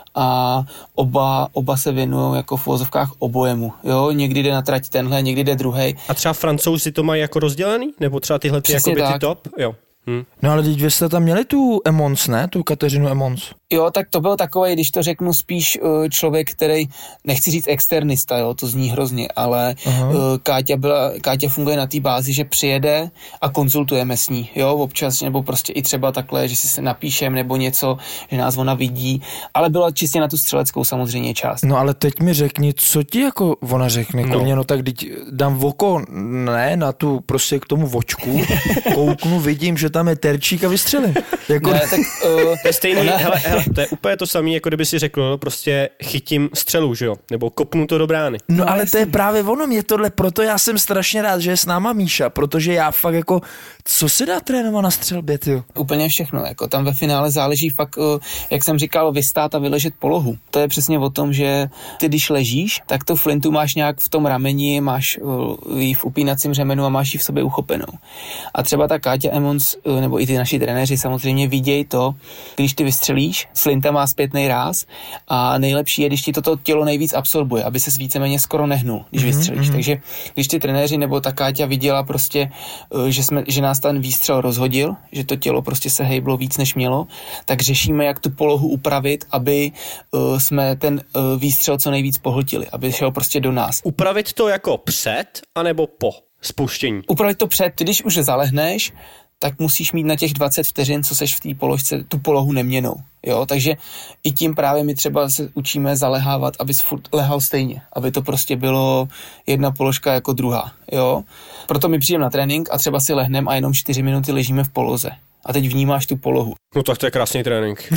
a oba, oba se věnují jako v uvozovkách obojemu. Jo? Někdy jde na trať tenhle, někdy jde druhej. A třeba Francouzi to mají jako rozdělený? Nebo třeba tyhle ty, jakoby ty top? Jo. Hmm. No ale teď vy jste tam měli tu Emons, ne? Tu Kateřinu Emons. Jo, tak to byl takovej, když to řeknu spíš člověk, který, nechci říct externista, jo, to zní hrozně, ale uh, Káťa, byla, Káťa funguje na té bázi, že přijede a konzultujeme s ní, jo, občas, nebo prostě i třeba takhle, že si se napíšem nebo něco, že nás ona vidí, ale byla čistě na tu střeleckou samozřejmě část. No ale teď mi řekni, co ti jako ona řekne, no. Koně, no tak teď dám oko, ne, na tu prostě k tomu vočku, kouknu, vidím, že tam je terčík a vystřelím. Jako... Ne, tak, uh, to je stejný, ona... hele, hele, to je úplně to samé, jako kdyby si řekl, prostě chytím střelu, že jo, nebo kopnu to do brány. No, no ale jasný. To je právě ono, mě tohle, proto já jsem strašně rád, že je s náma Míša, protože já fakt jako, co se dá trénovat na střelbě, tyjo? Úplně všechno, jako tam ve finále záleží fakt, jak jsem říkal, vystát a vyležet polohu. To je přesně o tom, že ty když ležíš, tak tu flintu máš nějak v tom rameni, máš ji v upínacím řemenu a máš ji v sobě uchopenou. A třeba ta Káťa Emons, nebo i ty naši trenéři samozřejmě vidějí to, když ty vystřelíš, flinta má zpětný ráz a nejlepší je, když ti toto tělo nejvíc absorbuje, aby ses víceméně skoro nehnul, když mm-hmm. vystřelíš. Takže když ty trenéři nebo ta Káťa viděla prostě, že, jsme, že nás ten výstřel rozhodil, že to tělo prostě se hejblo víc, než mělo, tak řešíme, jak tu polohu upravit, aby uh, jsme ten uh, výstřel co nejvíc pohltili, aby šel prostě do nás. Upravit to jako před, anebo po spuštění? Upravit to před, když už zalehneš, tak musíš mít na těch dvacet vteřin, co seš v té položce, tu polohu neměnou. Jo, takže i tím právě my třeba se učíme zalehávat, aby jsi furt lehal stejně, aby to prostě bylo jedna položka jako druhá, jo. Proto my přijdeme na trénink a třeba si lehnem a jenom čtyři minuty ležíme v poloze. A teď vnímáš tu polohu. No tak to je krásný trénink.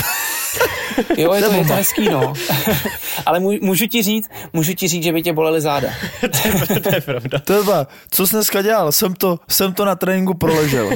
Jo, je to, je to hezký, no. Ale můžu ti říct, můžu ti říct, že by tě bolely záda. to, je, to je pravda. Teba, co jsi dneska dělal? Jsem to, jsem to na tréninku proležel.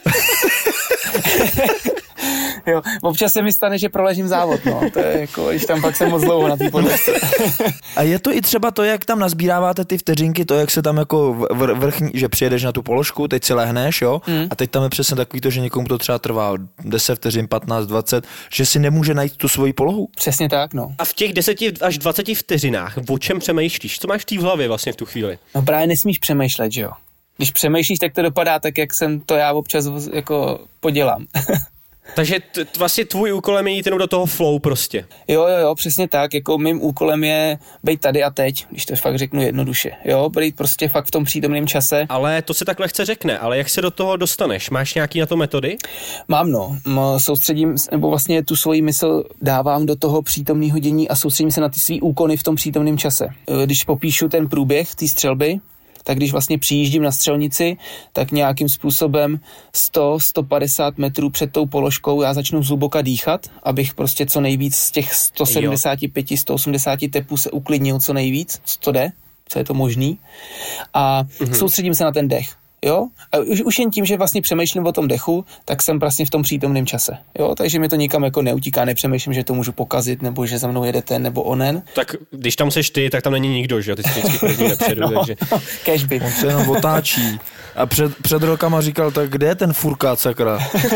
Jo, občas se mi stane, že proležím závod, no. To je jako, když tam pak jsem moc dlouho na té podlehce. A je to i třeba to, jak tam nazbíráváte ty vteřinky, to, jak se tam jako vr- vrchní, že přijedeš na tu položku, teď si lehneš, jo, mm. a teď tam je přesně takový to, že někomu to třeba trvá deset vteřin, patnáct, dvacet, že si nemůže najít tu svoji polohu. Přesně tak, no. A v těch deseti až dvaceti vteřinách, o čem přemýšlíš? Co máš v té v hlavě vlastně v tu chvíli? No právě nesmíš přemýšlet, že jo. Když přemýšlíš, tak to dopadá tak, jak jsem to já občas jako podělám. Takže t- vlastně tvůj úkolem je jít jenom do toho flow prostě. Jo, jo, jo, přesně tak, jako mým úkolem je být tady a teď, když to fakt řeknu jednoduše, jo, být prostě fakt v tom přítomném čase. Ale to se tak lehce řekne, ale jak se do toho dostaneš? Máš nějaký na to metody? Mám, no, soustředím, nebo vlastně tu svoji mysl dávám do toho přítomného dění a soustředím se na ty svý úkony v tom přítomném čase. Když popíšu ten průběh té střelby, tak když vlastně přijíždím na střelnici, tak nějakým způsobem sto až sto padesát metrů před tou položkou já začnu zhluboka dýchat, abych prostě co nejvíc z těch sto sedmdesát pět až sto osmdesát tepů se uklidnil co nejvíc, co to jde, co je to možný. A mm-hmm. soustředím se na ten dech. Jo? A už, už jen tím, že vlastně přemýšlím o tom dechu, tak jsem vlastně v tom přítomném čase. Jo? Takže mi to nikam jako neutíká, nepřemýšlím, že to můžu pokazit, nebo že za mnou jede ten nebo onen. Tak když tam seš ty, tak tam není nikdo, že jo? Ty jsi vždycky první nepředu, no, takže... Cashby. On se jenom otáčí. A před, před rokama říkal, tak kde je ten furkát, sakra?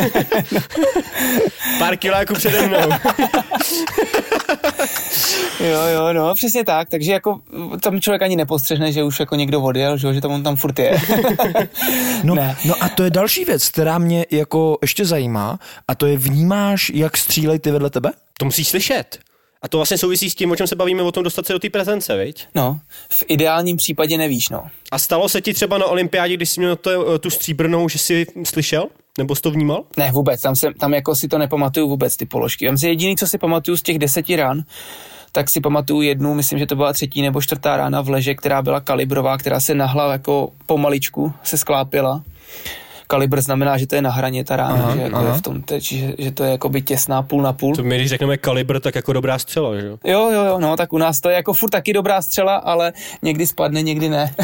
Pár kiláků přede mnou. Jo, jo, no, přesně tak, takže jako tam člověk ani nepostřehne, že už jako někdo odjel, že, že tam on tam furt je. no, no a to je další věc, která mě jako ještě zajímá, a to je, vnímáš, jak střílej ty vedle tebe? To musíš slyšet. A to vlastně souvisí s tím, o čem se bavíme, o tom dostat se do té prezence, viď? No, v ideálním případě nevíš, no. A stalo se ti třeba na olympiádě, když jsi měl to, tu stříbrnou, že jsi slyšel? Nebo jsi to vnímal? Ne, vůbec, tam, se, tam jako si to nepamatuju vůbec, ty položky. Vem si jediný, co si pamatuju z těch deseti ran, tak si pamatuju jednu, myslím, že to byla třetí nebo čtvrtá rána v leže, která byla kalibrová, která se nahla jako pomaličku, se sklápila. Kalibr znamená, že to je na hraně ta rána, aha, že, jako je v tom, že, že to je jakoby těsná půl na půl. To my, když řekneme kalibr, tak jako dobrá střela, že jo? Jo, jo, jo, no, tak u nás to je jako furt taky dobrá střela, ale někdy spadne, někdy ne.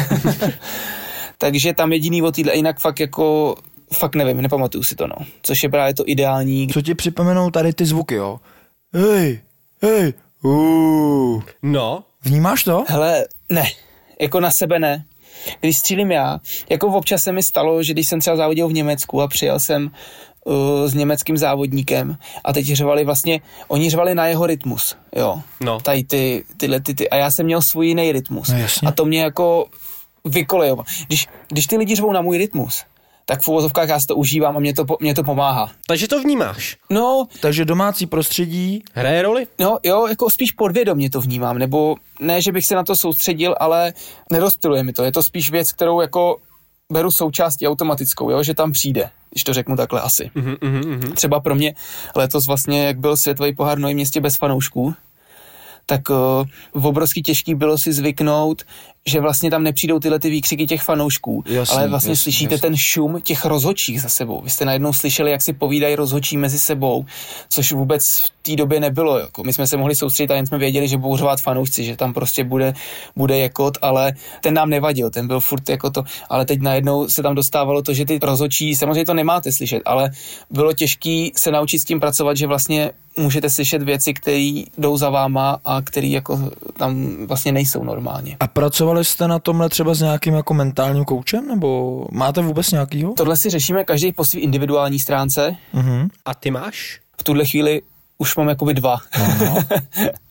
Takže tam jediný o týdle, jinak fakt jako, fakt nevím, nepamatuju si to, no. Což je právě to ideální. Co ti připomenou tady ty zvuky, jo? Hej, hej, uuu. No. Vnímáš to? Hele, ne, jako na sebe ne. Když střílím já, jako občas se mi stalo, že když jsem třeba závodil v Německu a přijel jsem uh, s německým závodníkem a teď řvali vlastně, oni řvali na jeho rytmus, jo. No. Tady ty, tyhle ty, ty, a já jsem měl svůj jiný rytmus. No, jasně. A to mě jako vykolejovalo. Když, když ty lidi řvou na můj rytmus, tak v uvozovkách já si to užívám a mě to, mě to pomáhá. Takže to vnímáš? No. Takže domácí prostředí hraje roli? No jo, jako spíš podvědomě to vnímám, nebo ne, že bych se na to soustředil, ale nerozptyluje mi to. Je to spíš věc, kterou jako beru součástí automatickou, jo, že tam přijde, když to řeknu takhle asi. Mm-hmm, mm-hmm. Třeba pro mě letos vlastně, jak byl světový pohár v Novém Městě bez fanoušků, tak uh, obrovský těžký bylo si zvyknout, že vlastně tam nepřijdou tyhle ty výkřiky těch fanoušků, jasný, ale vlastně jasný, slyšíte jasný. ten šum těch rozhodčích za sebou. Vy jste najednou slyšeli, jak si povídají rozhodčí mezi sebou, což vůbec v té době nebylo. Jako. My jsme se mohli soustředit a jen jsme věděli, že budou řvát fanoušci, že tam prostě bude, bude jekot, ale ten nám nevadil, ten byl furt jako to, ale teď najednou se tam dostávalo to, že ty rozhodčí, samozřejmě to nemáte slyšet, ale bylo těžký se naučit s tím pracovat, že vlastně můžete slyšet věci, které jdou za váma a které jako tam vlastně nejsou normálně. A pracovali jste na tomhle třeba s nějakým jako mentálním koučem, nebo máte vůbec nějakýho? Tohle si řešíme každý po své individuální stránce. Uh-huh. A ty máš? V tuhle chvíli už mám jakoby dva. Uh-huh.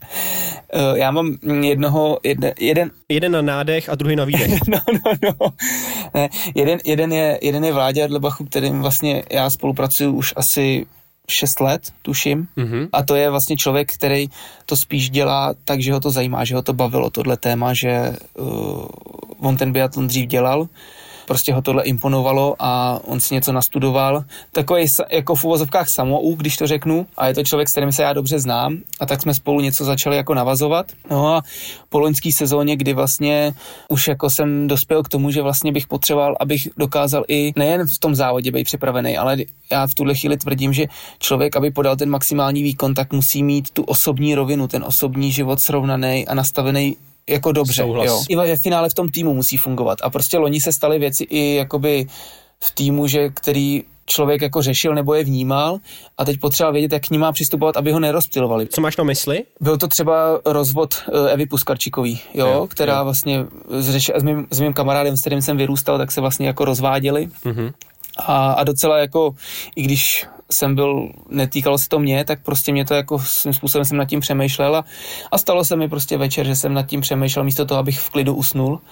Já mám jednoho, jedne, jeden... Jeden na nádech a druhý na výdech. no, no, no. Ne, jeden, jeden je, jeden je Vláďa Dlebachu, kterým vlastně já spolupracuju už asi šest let, tuším. Mm-hmm. A to je vlastně člověk, který to spíš dělá tak, že ho to zajímá, že ho to bavilo, tohle téma, že uh, on ten biatlon dřív dělal, prostě ho tohle imponovalo a on si něco nastudoval. Takový jako v uvozovkách samouk, když to řeknu, a je to člověk, s kterým se já dobře znám, a tak jsme spolu něco začali jako navazovat. No a po loňský sezóně, kdy vlastně už jako jsem dospěl k tomu, že vlastně bych potřeboval, abych dokázal i nejen v tom závodě být připravený, ale já v tuhle chvíli tvrdím, že člověk, aby podal ten maximální výkon, tak musí mít tu osobní rovinu, ten osobní život srovnaný a nastavený jako dobře, Souhlas. Jo. I ve finále v tom týmu musí fungovat. A prostě loni se staly věci i jakoby v týmu, že který člověk jako řešil nebo je vnímal a teď potřeba vědět, jak k ním má přistupovat, aby ho nerozptylovali. Co máš na mysli? Byl to třeba rozvod Evy Puskarčikový, jo, jo která jo. vlastně s, s, mým, s mým kamarádem, s kterým jsem vyrůstal, tak se vlastně jako rozváděli. Mm-hmm. A, a docela jako, i když jsem byl, netýkalo se to mě, tak prostě mě to jako svým způsobem jsem nad tím přemýšlel a, a stalo se mi prostě večer, že jsem nad tím přemýšlel místo toho, abych v klidu usnul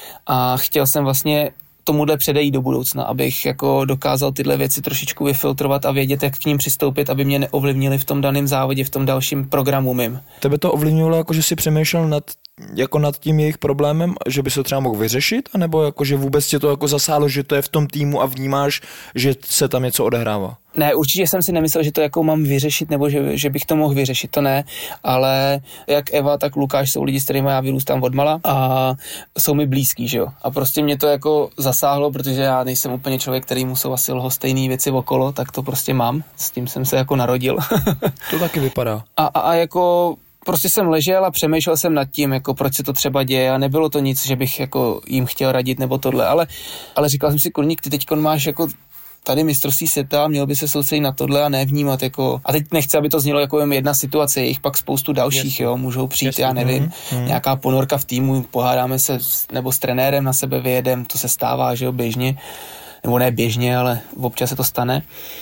a chtěl jsem vlastně tomuhle předejít do budoucna, abych jako dokázal tyhle věci trošičku vyfiltrovat a vědět, jak k ním přistoupit, aby mě neovlivnili v tom daném závodě, v tom dalším programu mým. Tebe to ovlivnilo, jako že jsi přemýšlel nad, jako nad tím jejich problémem, že by se třeba mohl vyřešit, anebo jako, že vůbec tě to jako zasáhlo, že to je v tom týmu a vnímáš, že se tam něco odehrává? Ne, určitě jsem si nemyslel, že to jako mám vyřešit, nebo že, že bych to mohl vyřešit, to ne, ale jak Eva, tak Lukáš jsou lidi, s kterými já vyrůstám odmala a jsou mi blízký, že jo. A prostě mě to jako zasáhlo, protože já nejsem úplně člověk, který mu jsou asi lhostejný věci okolo, tak to prostě mám, s tím jsem se jako narodil. To taky vypadá. A, a, a jako prostě jsem ležel a přemýšlel jsem nad tím, jako proč se to třeba děje a nebylo to nic, že bych jako jim chtěl radit nebo tohle, ale, ale říkal jsem si, Kurník, ty teď máš jako tady mistrovství světa, měl by se soustředit na tohle a nevnímat jako, a teď nechci, aby to znělo jako jen jedna situace, je jich pak spoustu dalších, Jasně. jo, můžou přijít, Jasně. já nevím, mm. nějaká ponorka v týmu, pohádáme se nebo s trenérem na sebe vyjedem, to se stává, že jo, běžně, nebo ne běžně, ale občas se to stane.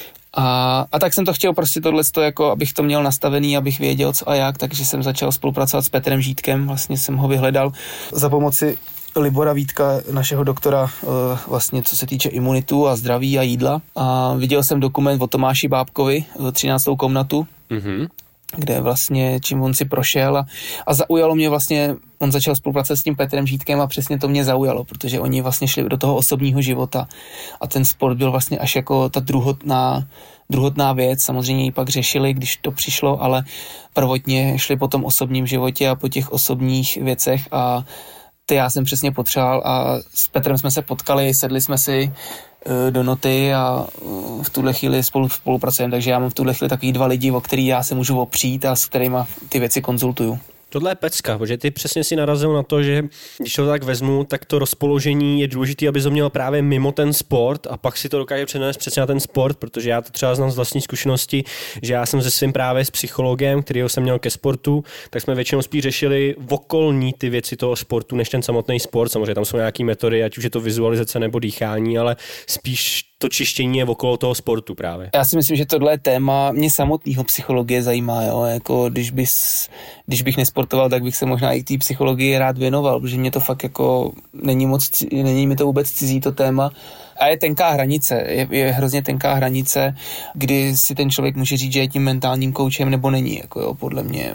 A, a tak jsem to chtěl prostě tohleto, jako abych to měl nastavený, abych věděl co a jak, takže jsem začal spolupracovat s Petrem Žítkem, vlastně jsem ho vyhledal za pomoci Libora Vítka, našeho doktora, vlastně co se týče imunitu a zdraví a jídla. A viděl jsem dokument o Tomáši Bábkovi, třináctou komnatu, mm-hmm. kde vlastně, čím on si prošel a, a zaujalo mě vlastně, on začal spolupracovat s tím Petrem Žítkem a přesně to mě zaujalo, protože oni vlastně šli do toho osobního života a ten sport byl vlastně až jako ta druhotná, druhotná věc, samozřejmě ji pak řešili, když to přišlo, ale prvotně šli po tom osobním životě a po těch osobních věcech a ty já jsem přesně potřeboval a s Petrem jsme se potkali, sedli jsme si do noty a v tuhle chvíli spolu spolupracujeme, takže já mám v tuhle chvíli takový dva lidi, o který já se můžu opřít a s kterými ty věci konzultuju. Tohle je pecka, protože ty přesně si narazil na to, že když to tak vezmu, tak to rozpoložení je důležité, aby to měl právě mimo ten sport a pak si to dokáže přenést přesně na ten sport, protože já to třeba znám z vlastní zkušenosti, že já jsem se svým právě s psychologem, kterýho jsem měl ke sportu, tak jsme většinou spíš řešili okolní ty věci toho sportu, než ten samotný sport. Samozřejmě tam jsou nějaké metody, ať už je to vizualizace nebo dýchání, ale spíš to čištění je okolo toho sportu právě. Já si myslím, že tohle téma mě samotného psychologie zajímá, jo? Jako když, bys, když bych nesportoval, tak bych se možná i té psychologii rád věnoval, protože mě to fakt jako není moc, není mi to vůbec cizí to téma. A je tenká hranice, je, je hrozně tenká hranice, kdy si ten člověk může říct, že je tím mentálním koučem nebo není, jako jo, podle mě.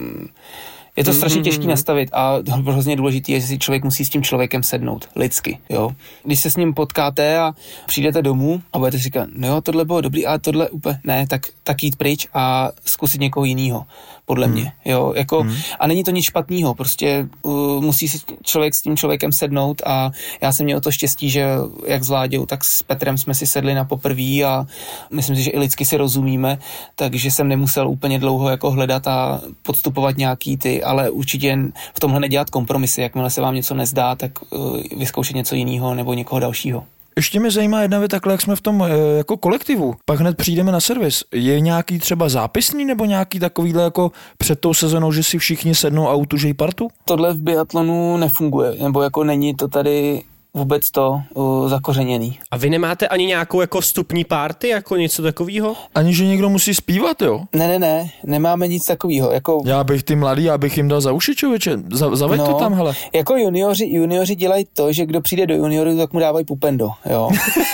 Je to strašně těžký nastavit a hrozně důležité je, že si člověk musí s tím člověkem sednout, lidsky, jo. Když se s ním potkáte a přijdete domů a budete si říkat, no jo, tohle bylo dobrý, a tohle úplně ne, tak, tak jít pryč a zkusit někoho jiného, podle hmm. mě, jo. Jako, hmm. A není to nic špatného, prostě uh, musí si člověk s tím člověkem sednout a já jsem měl to štěstí, že jak s Láďou, tak s Petrem jsme si sedli na poprví a myslím si, že i lidsky si rozumíme, takže jsem nemusel úplně dlouho jako hledat a podstupovat nějaký ty, ale určitě v tomhle nedělat kompromisy, jakmile se vám něco nezdá, tak uh, vyzkoušet něco jiného nebo někoho dalšího. Ještě mě zajímá jedna věc, takhle jak jsme v tom jako kolektivu, pak hned přijdeme na servis. Je nějaký třeba zápisný nebo nějaký takovýhle jako před tou sezónou, že si všichni sednou a utužejí partu? Tohle v biatlonu nefunguje, nebo jako není to tady vůbec to uh, zakořeněný. A vy nemáte ani nějakou jako vstupní party, jako něco takového? Ani že někdo musí zpívat, jo? Ne, ne, ne, nemáme nic takového. Jako... Já bych ty mladý, já bych jim dal za uši, člověče, za, zaveď no, to tam, hele. Jako junioři, junioři dělají to, že kdo přijde do junioru, tak mu dávají pupendo, jo.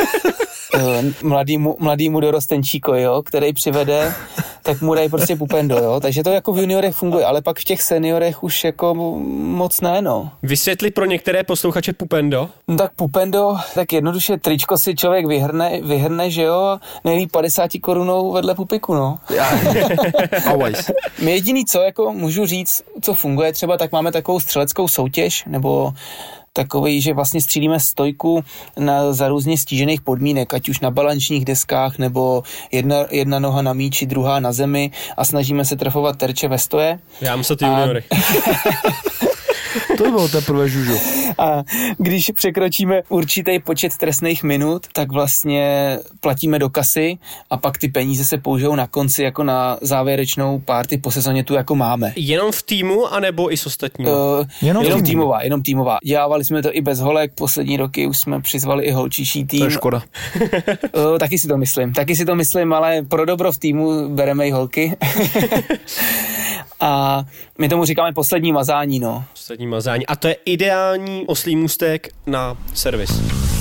mladýmu, mladýmu dorostenčíko, jo, který přivede, tak mu dají prostě pupendo, jo. Takže to jako v juniorech funguje, ale pak v těch seniorech už jako moc ne, no. Vysvětli pro některé posluchače pupendo? No tak pupendo, tak jednoduše tričko si člověk vyhrne, vyhrne, že jo, nejlíp padesát korunou vedle pupiku, no. Always. My jediný, co jako můžu říct, co funguje třeba, tak máme takovou střeleckou soutěž, nebo takový, že vlastně střílíme stojku na, za různě stížených podmínek, ať už na balančních deskách, nebo jedna, jedna noha na míči, druhá na zemi a snažíme se trefovat terče ve stoje. Já mám se ty juniory. To bylo teprve žužu. A když překročíme určitý počet trestných minut, tak vlastně platíme do kasy a pak ty peníze se použijou na konci jako na závěrečnou party po sezóně tu jako máme. Jenom v týmu, anebo i s ostatními? Uh, jenom jenom týmová, jenom týmová. Dělávali jsme to i bez holek, poslední roky už jsme přizvali i holčičí tým. To je škoda. uh, taky si to myslím, taky si to myslím, ale pro dobro v týmu bereme i holky. A my tomu říkáme poslední mazání, no. Poslední mazání. A to je ideální oslí můstek na servis.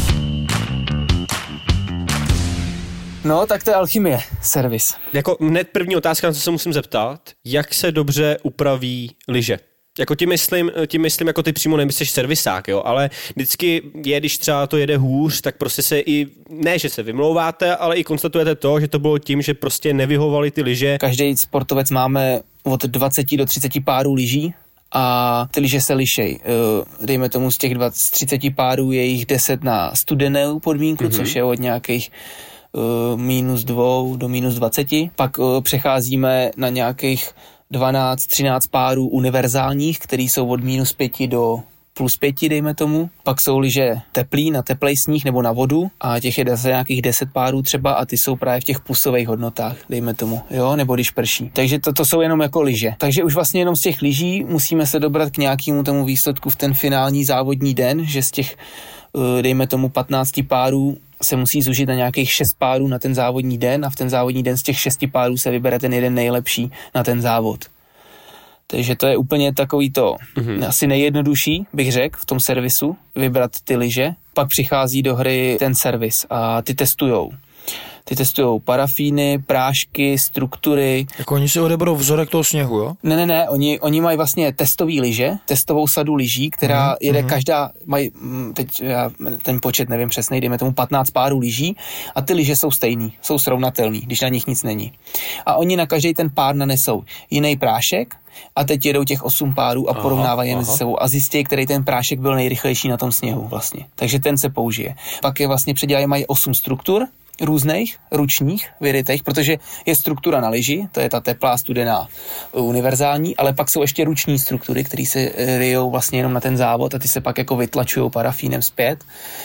No, tak to je alchymie, servis. Jako hned první otázka, na co se musím zeptat, jak se dobře upraví lyže? Jako tím myslím, tím myslím, jako ty přímo nemyslíš servisák, jo, ale vždycky je, když třeba to jede hůř, tak prostě se i, ne, že se vymlouváte, ale i konstatujete to, že to bylo tím, že prostě nevyhovovaly ty lyže. Každý sportovec máme od dvacet do třicet párů lyží a ty lyže se lišej. Dejme tomu z těch dvacet, z třicet párů je jich deset na studenou podmínku, mm-hmm. což je od nějakých uh, minus dvou do minus dvaceti. Pak uh, přecházíme na nějakých dvanáct třináct párů univerzálních, které jsou od minus pěti do plus pěti, dejme tomu. Pak jsou lyže teplý, na teplej sníh nebo na vodu a těch je zase nějakých deset párů třeba a ty jsou právě v těch plusových hodnotách, dejme tomu, jo, nebo když prší. Takže to, to jsou jenom jako lyže. Takže už vlastně jenom z těch lyží musíme se dobrat k nějakému tomu výsledku v ten finální závodní den, že z těch, dejme tomu patnácti párů se musí zužit na nějakých šest párů na ten závodní den a v ten závodní den z těch šesti párů se vybere ten jeden nejlepší na ten závod. Takže to je úplně takový to mm-hmm. asi nejjednodušší, bych řekl, v tom servisu, vybrat ty lyže. Pak přichází do hry ten servis a ty testujou. Ty testujou parafíny, prášky, struktury. Jako oni si odeberou vzorek toho sněhu, jo? Ne, ne, ne, oni, oni mají vlastně testový lyže, testovou sadu lyží, která mm, jede mm. každá, mají, teď já ten počet nevím přesnej, dejme tomu patnáct párů lyží a ty lyže jsou stejný, jsou srovnatelný, když na nich nic není. A oni na každý ten pár nanesou jiný prášek a teď jedou těch osm párů a porovnávají je mezi sebou a zjistí, který ten prášek byl nejrychlejší na tom sněhu vlastně. Takže ten se použije. Pak je vlastně předělají, mají osm struktur, různých, ručních, vyrytých, protože je struktura na lyži, to je ta teplá, studená, univerzální, ale pak jsou ještě ruční struktury, které se ryjou vlastně jenom na ten závod a ty se pak jako vytlačujou parafínem zpět.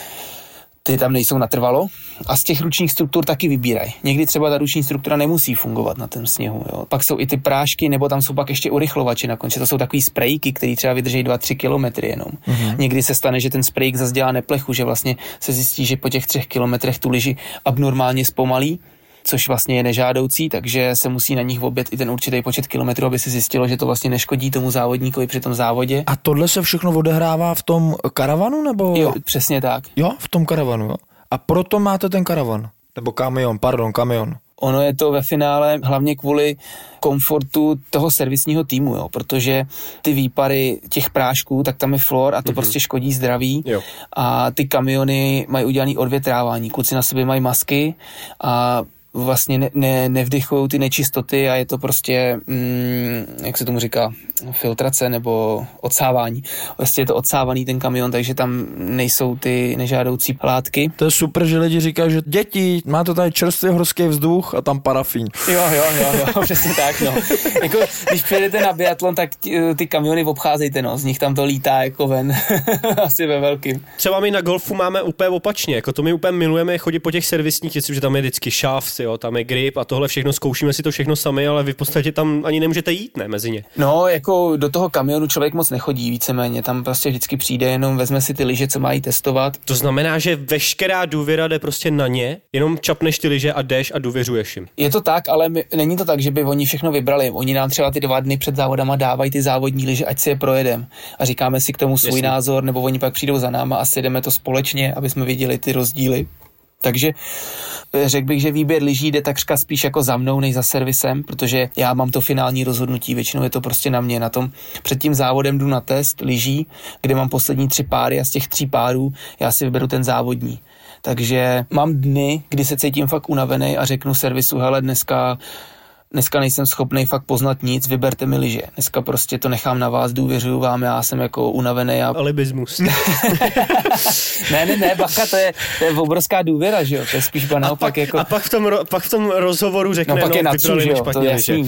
Ty tam nejsou natrvalo a z těch ručních struktur taky vybírají. Někdy třeba ta ruční struktura nemusí fungovat na tom sněhu. Jo. Pak jsou i ty prášky, nebo tam jsou pak ještě urychlovači na konci. To jsou takový sprejky, které třeba vydrží dva tři kilometry jenom. Mm-hmm. Někdy se stane, že ten sprejk zase dělá neplechu, že vlastně se zjistí, že po těch třech kilometrech tu lyži abnormálně zpomalí, což vlastně je nežádoucí, takže se musí na nich objet i ten určitý počet kilometrů, aby se zjistilo, že to vlastně neškodí tomu závodníkovi při tom závodě. A tohle se všechno odehrává v tom karavanu, nebo? Jo, přesně tak. Jo, v tom karavanu, jo. A proto máte ten karavan, nebo kamion, pardon, kamion. Ono je to ve finále hlavně kvůli komfortu toho servisního týmu, jo, protože ty výpary těch prášků, tak tam je flor a to mm-hmm. prostě škodí zdraví. Jo. A ty kamiony mají udělaný odvětrávání, kluci na sobě mají masky a vlastně ne, ne, nevdychují ty nečistoty a je to prostě, mm, jak se tomu říká, filtrace nebo odsávání. Vlastně je to odsávaný ten kamion, takže tam nejsou ty nežádoucí látky. To je super, že lidi říkají, že děti, má to tady čerstvý horský vzduch a tam parafín. Jo, jo, jo, jo, přesně tak, no. Jako, když přijedete na biatlon, tak ty, ty kamiony obcházejte, no, z nich tam to lítá jako ven, asi ve velkým. Třeba my na golfu máme úplně opačně, jako to my úplně milujeme chodit po těch servisních, že tam je vždycky šaft, jo, tam je grip a tohle všechno, zkoušíme si to všechno sami, ale vy v podstatě tam ani nemůžete jít, ne, mezi ně. No, jako do toho kamionu člověk moc nechodí víceméně, tam prostě vždycky přijde, jenom vezme si ty lyže, co mají testovat. To znamená, že veškerá důvěra jde prostě na ně, jenom čapneš ty lyže a jdeš a důvěřuješ jim. Je to tak, ale my, není to tak, že by oni všechno vybrali. Oni nám třeba ty dva dny před závodama dávají ty závodní lyže, ať si je projedem. A říkáme si k tomu svůj Jasně. názor, nebo oni pak přijdou za náma a sjedeme to společně, aby jsme viděli ty rozdíly. Takže řekl bych, že výběr lyží jde takřka spíš jako za mnou, než za servisem, protože já mám to finální rozhodnutí, většinou je to prostě na mě. Na tom před tím závodem jdu na test lyží, kde mám poslední tři páry a z těch tří párů já si vyberu ten závodní. Takže mám dny, kdy se cítím fakt unavený a řeknu servisu, hele, dneska Dneska nejsem schopný fakt poznat nic, vyberte mi lyže. Dneska prostě to nechám na vás, důvěřuju vám, já jsem jako unavený. A... Alibismus. ne, ne, ne, bacha, to je, to je obrovská důvěra, že jo, to je spíš ba naopak a pak, jako... A pak v tom, pak v tom rozhovoru řekne, no, pak no, je natřu, že jo, to je jasný.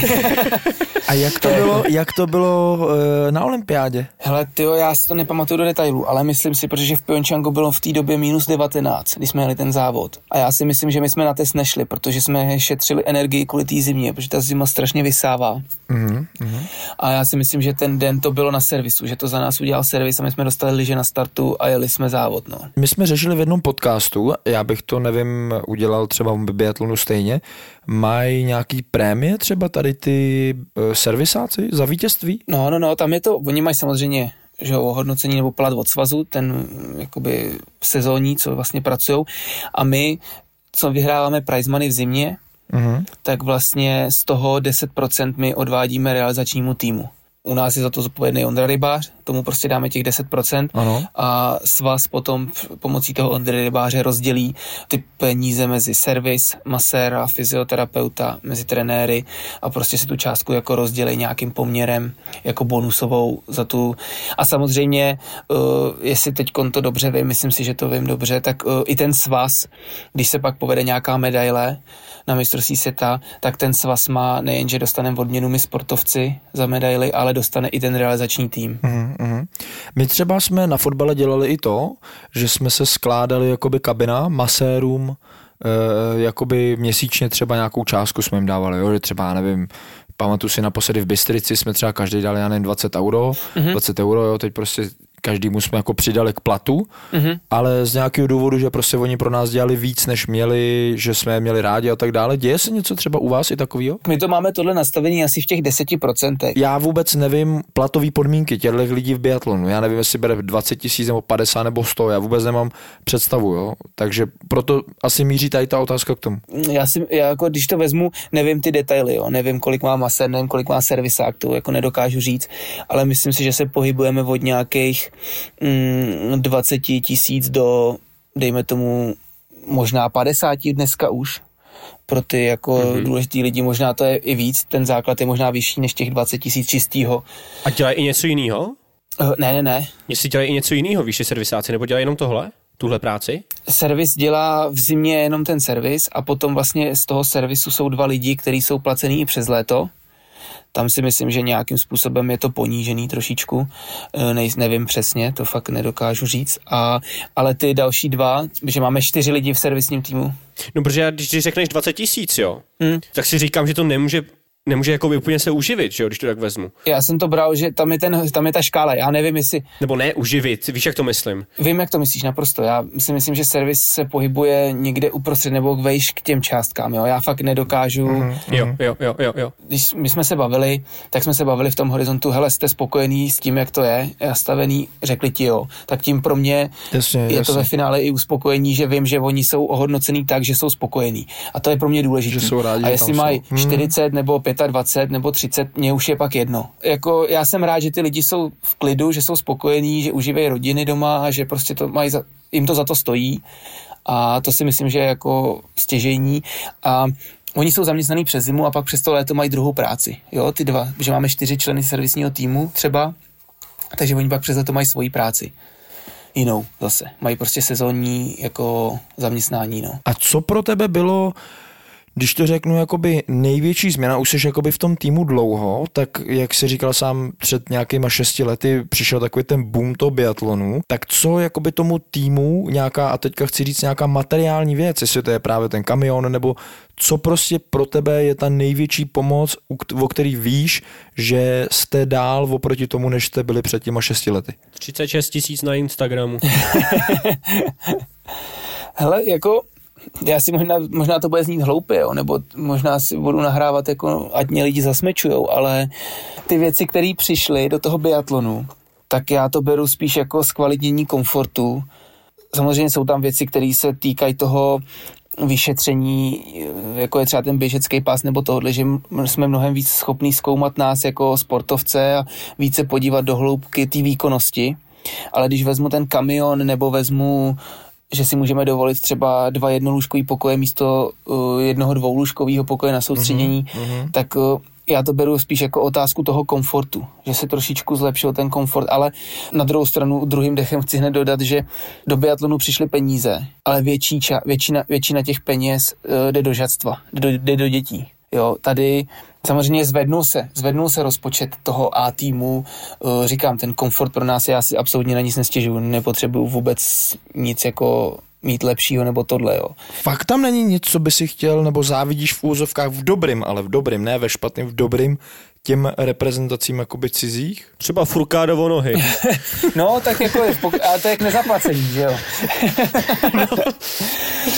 A jak to bylo, jak to bylo uh, na olympiádě? Hele, tyjo, já si to nepamatuju do detailu, ale myslím si, protože v Pyeongchangu bylo v té době minus devatenáct, když jsme jeli ten závod. A já si myslím, že my jsme na test nešli, protože jsme šetřili energii kvůli té zimě, protože ta zima strašně vysává. Mm-hmm. A já si myslím, že ten den to bylo na servisu, že to za nás udělal servis a my jsme dostali lyže na startu a jeli jsme závod. No. My jsme řešili v jednom podcastu, já bych to nevím, udělal třeba v biatlonu stejně, mají nějaký prémie třeba tady ty uh, servisáci za vítězství? No, no, no, tam je to, oni mají samozřejmě že ohodnocení nebo plat od svazu, ten jakoby sezónní, co vlastně pracujou a my, co vyhráváme prize money v zimě, mm-hmm. tak vlastně z toho deset procent my odvádíme realizačnímu týmu. U nás je za to zodpovědný Ondra Rybář, tomu prostě dáme těch deset procent ano. A svaz potom pomocí toho Ondry Rybáře rozdělí ty peníze mezi servis, maséra, fyzioterapeuta, mezi trenéry a prostě si tu částku jako rozdělí nějakým poměrem jako bonusovou za tu. A samozřejmě, uh, jestli teď to dobře vím, myslím si, že to vím dobře, tak uh, i ten svaz, když se pak povede nějaká medaile na mistrovství světa, tak ten svaz má nejen, že dostaneme odměnu my sportovci za medaily, ale dostane i ten realizační tým. Mm-hmm. My třeba jsme na fotbale dělali i to, že jsme se skládali jakoby kabina masérům, e, jakoby měsíčně třeba nějakou částku jsme jim dávali, jo, že třeba, nevím, pamatuju si naposledy v Bystrici jsme třeba každý dali, já nevím, dvacet euro, mm-hmm. dvacet euro, jo, teď prostě každému jsme jako přidali k platu, mm-hmm. ale z nějakého důvodu, že prostě oni pro nás dělali víc, než měli, že jsme je měli rádi a tak dále. Děje se něco třeba u vás i takového? My to máme tohle nastavení asi v těch deseti procentech. Já vůbec nevím platové podmínky těchto lidí v biatlonu. Já nevím, jestli bere dvacet tisíc nebo padesát nebo sto. Já vůbec nemám představu, jo. Takže proto asi míří tady ta otázka k tomu. Já si, já jako když to vezmu, nevím ty detaily, jo. Nevím, kolik má masér, nevím, kolik má servisák, to jako nedokážu říct, ale myslím si, že se pohybujeme od nějakých dvacet tisíc do, dejme tomu, možná padesát dneska už. Pro ty jako mm-hmm. důležitý lidi možná to je i víc, ten základ je možná vyšší než těch dvacet tisíc čistýho. A dělají i něco jiného? Uh, ne, ne, ne. Jestli dělají i něco jiného, víš, servisáci, nebo dělají jenom tohle? Tuhle práci? Servis dělá v zimě jenom ten servis a potom vlastně z toho servisu jsou dva lidi, kteří jsou placený i přes léto. Tam si myslím, že nějakým způsobem je to ponížený trošičku, ne, nevím přesně, to fakt nedokážu říct, a, ale ty další dva, že máme čtyři lidi v servisním týmu. No protože já, když řekneš dvacet tisíc, jo, hmm. tak si říkám, že to nemůže... Nemůže jako úplně se uživit, že jo, když to tak vezmu. Já jsem to bral, že tam je, ten, tam je ta škála, já nevím, jestli... Nebo ne uživit, víš, jak to myslím? Vím, jak to myslíš, naprosto. Já si myslím, že servis se pohybuje někde uprostřed nebo vejš k těm částkám, jo. Já fakt nedokážu... Mm-hmm. Jo, jo, jo, jo, jo. Když my jsme se bavili, tak jsme se bavili v tom horizontu, hele, jste spokojený s tím, jak to je, nastavený, řekli ti jo. Tak tím pro mě jasně, je jasně. to ve finále i uspokojení, že vím, že oni jsou ohodnocený tak, že jsou spokojení. A to je pro mě důležité. A jestli mají čtyřicet nebo dvacet pět nebo třicet, mě už je pak jedno. Jako já jsem rád, že ty lidi jsou v klidu, že jsou spokojení, že užívají rodiny doma a že prostě to mají za, jim to za to stojí. A to si myslím, že je jako stěžejní. A oni jsou zaměstnaný přes zimu a pak přes to léto mají druhou práci. Jo, ty dva, že máme čtyři členy servisního týmu třeba, takže oni pak přes léto mají svoji práci. Jinou zase. Mají prostě sezónní jako zaměstnání, no. A co pro tebe bylo, když to řeknu, jakoby největší změna, už jsi jakoby v tom týmu dlouho, tak jak jsi říkal sám, před nějakýma šesti lety přišel takový ten boom toho biatlonu, tak co jakoby tomu týmu nějaká, a teďka chci říct nějaká materiální věc, jestli to je právě ten kamion, nebo co prostě pro tebe je ta největší pomoc, o který víš, že jste dál oproti tomu, než jste byli před těma šesti lety? třicet šest tisíc na Instagramu. Hele, jako já si možná, možná to bude znít hloupě, jo, nebo možná si budu nahrávat, jako, ať mě lidi zasmečujou, ale ty věci, které přišly do toho biatlonu, tak já to beru spíš jako zkvalitnění komfortu. Samozřejmě jsou tam věci, které se týkají toho vyšetření, jako je třeba ten běžecký pás nebo tohle, že jsme mnohem víc schopní zkoumat nás jako sportovce a více podívat do hloubky té výkonnosti. Ale když vezmu ten kamion nebo vezmu, že si můžeme dovolit třeba dva jednolůžkový pokoje místo uh, jednoho dvoulůžkového pokoje na soustředění, mm-hmm. tak uh, já to beru spíš jako otázku toho komfortu, že se trošičku zlepšil ten komfort, ale na druhou stranu druhým dechem chci hned dodat, že do biatlonu přišly peníze, ale větší ča, většina, většina těch peněz uh, jde do žadstva, jde do, jde do dětí. Jo, tady samozřejmě zvednul se, zvednul se rozpočet toho A týmu, uh, říkám, ten komfort pro nás, já si absolutně na nic nestěžuju, nepotřebuju vůbec nic jako mít lepšího nebo tohle, jo. Fakt tam není nic, co by si chtěl, nebo závidíš v úzovkách v dobrým, ale v dobrým, ne ve špatným, v dobrým těm reprezentacím jakoby cizích? Třeba furkádovo nohy. No, tak jako je, ale to je k nezaplacení, že jo. No.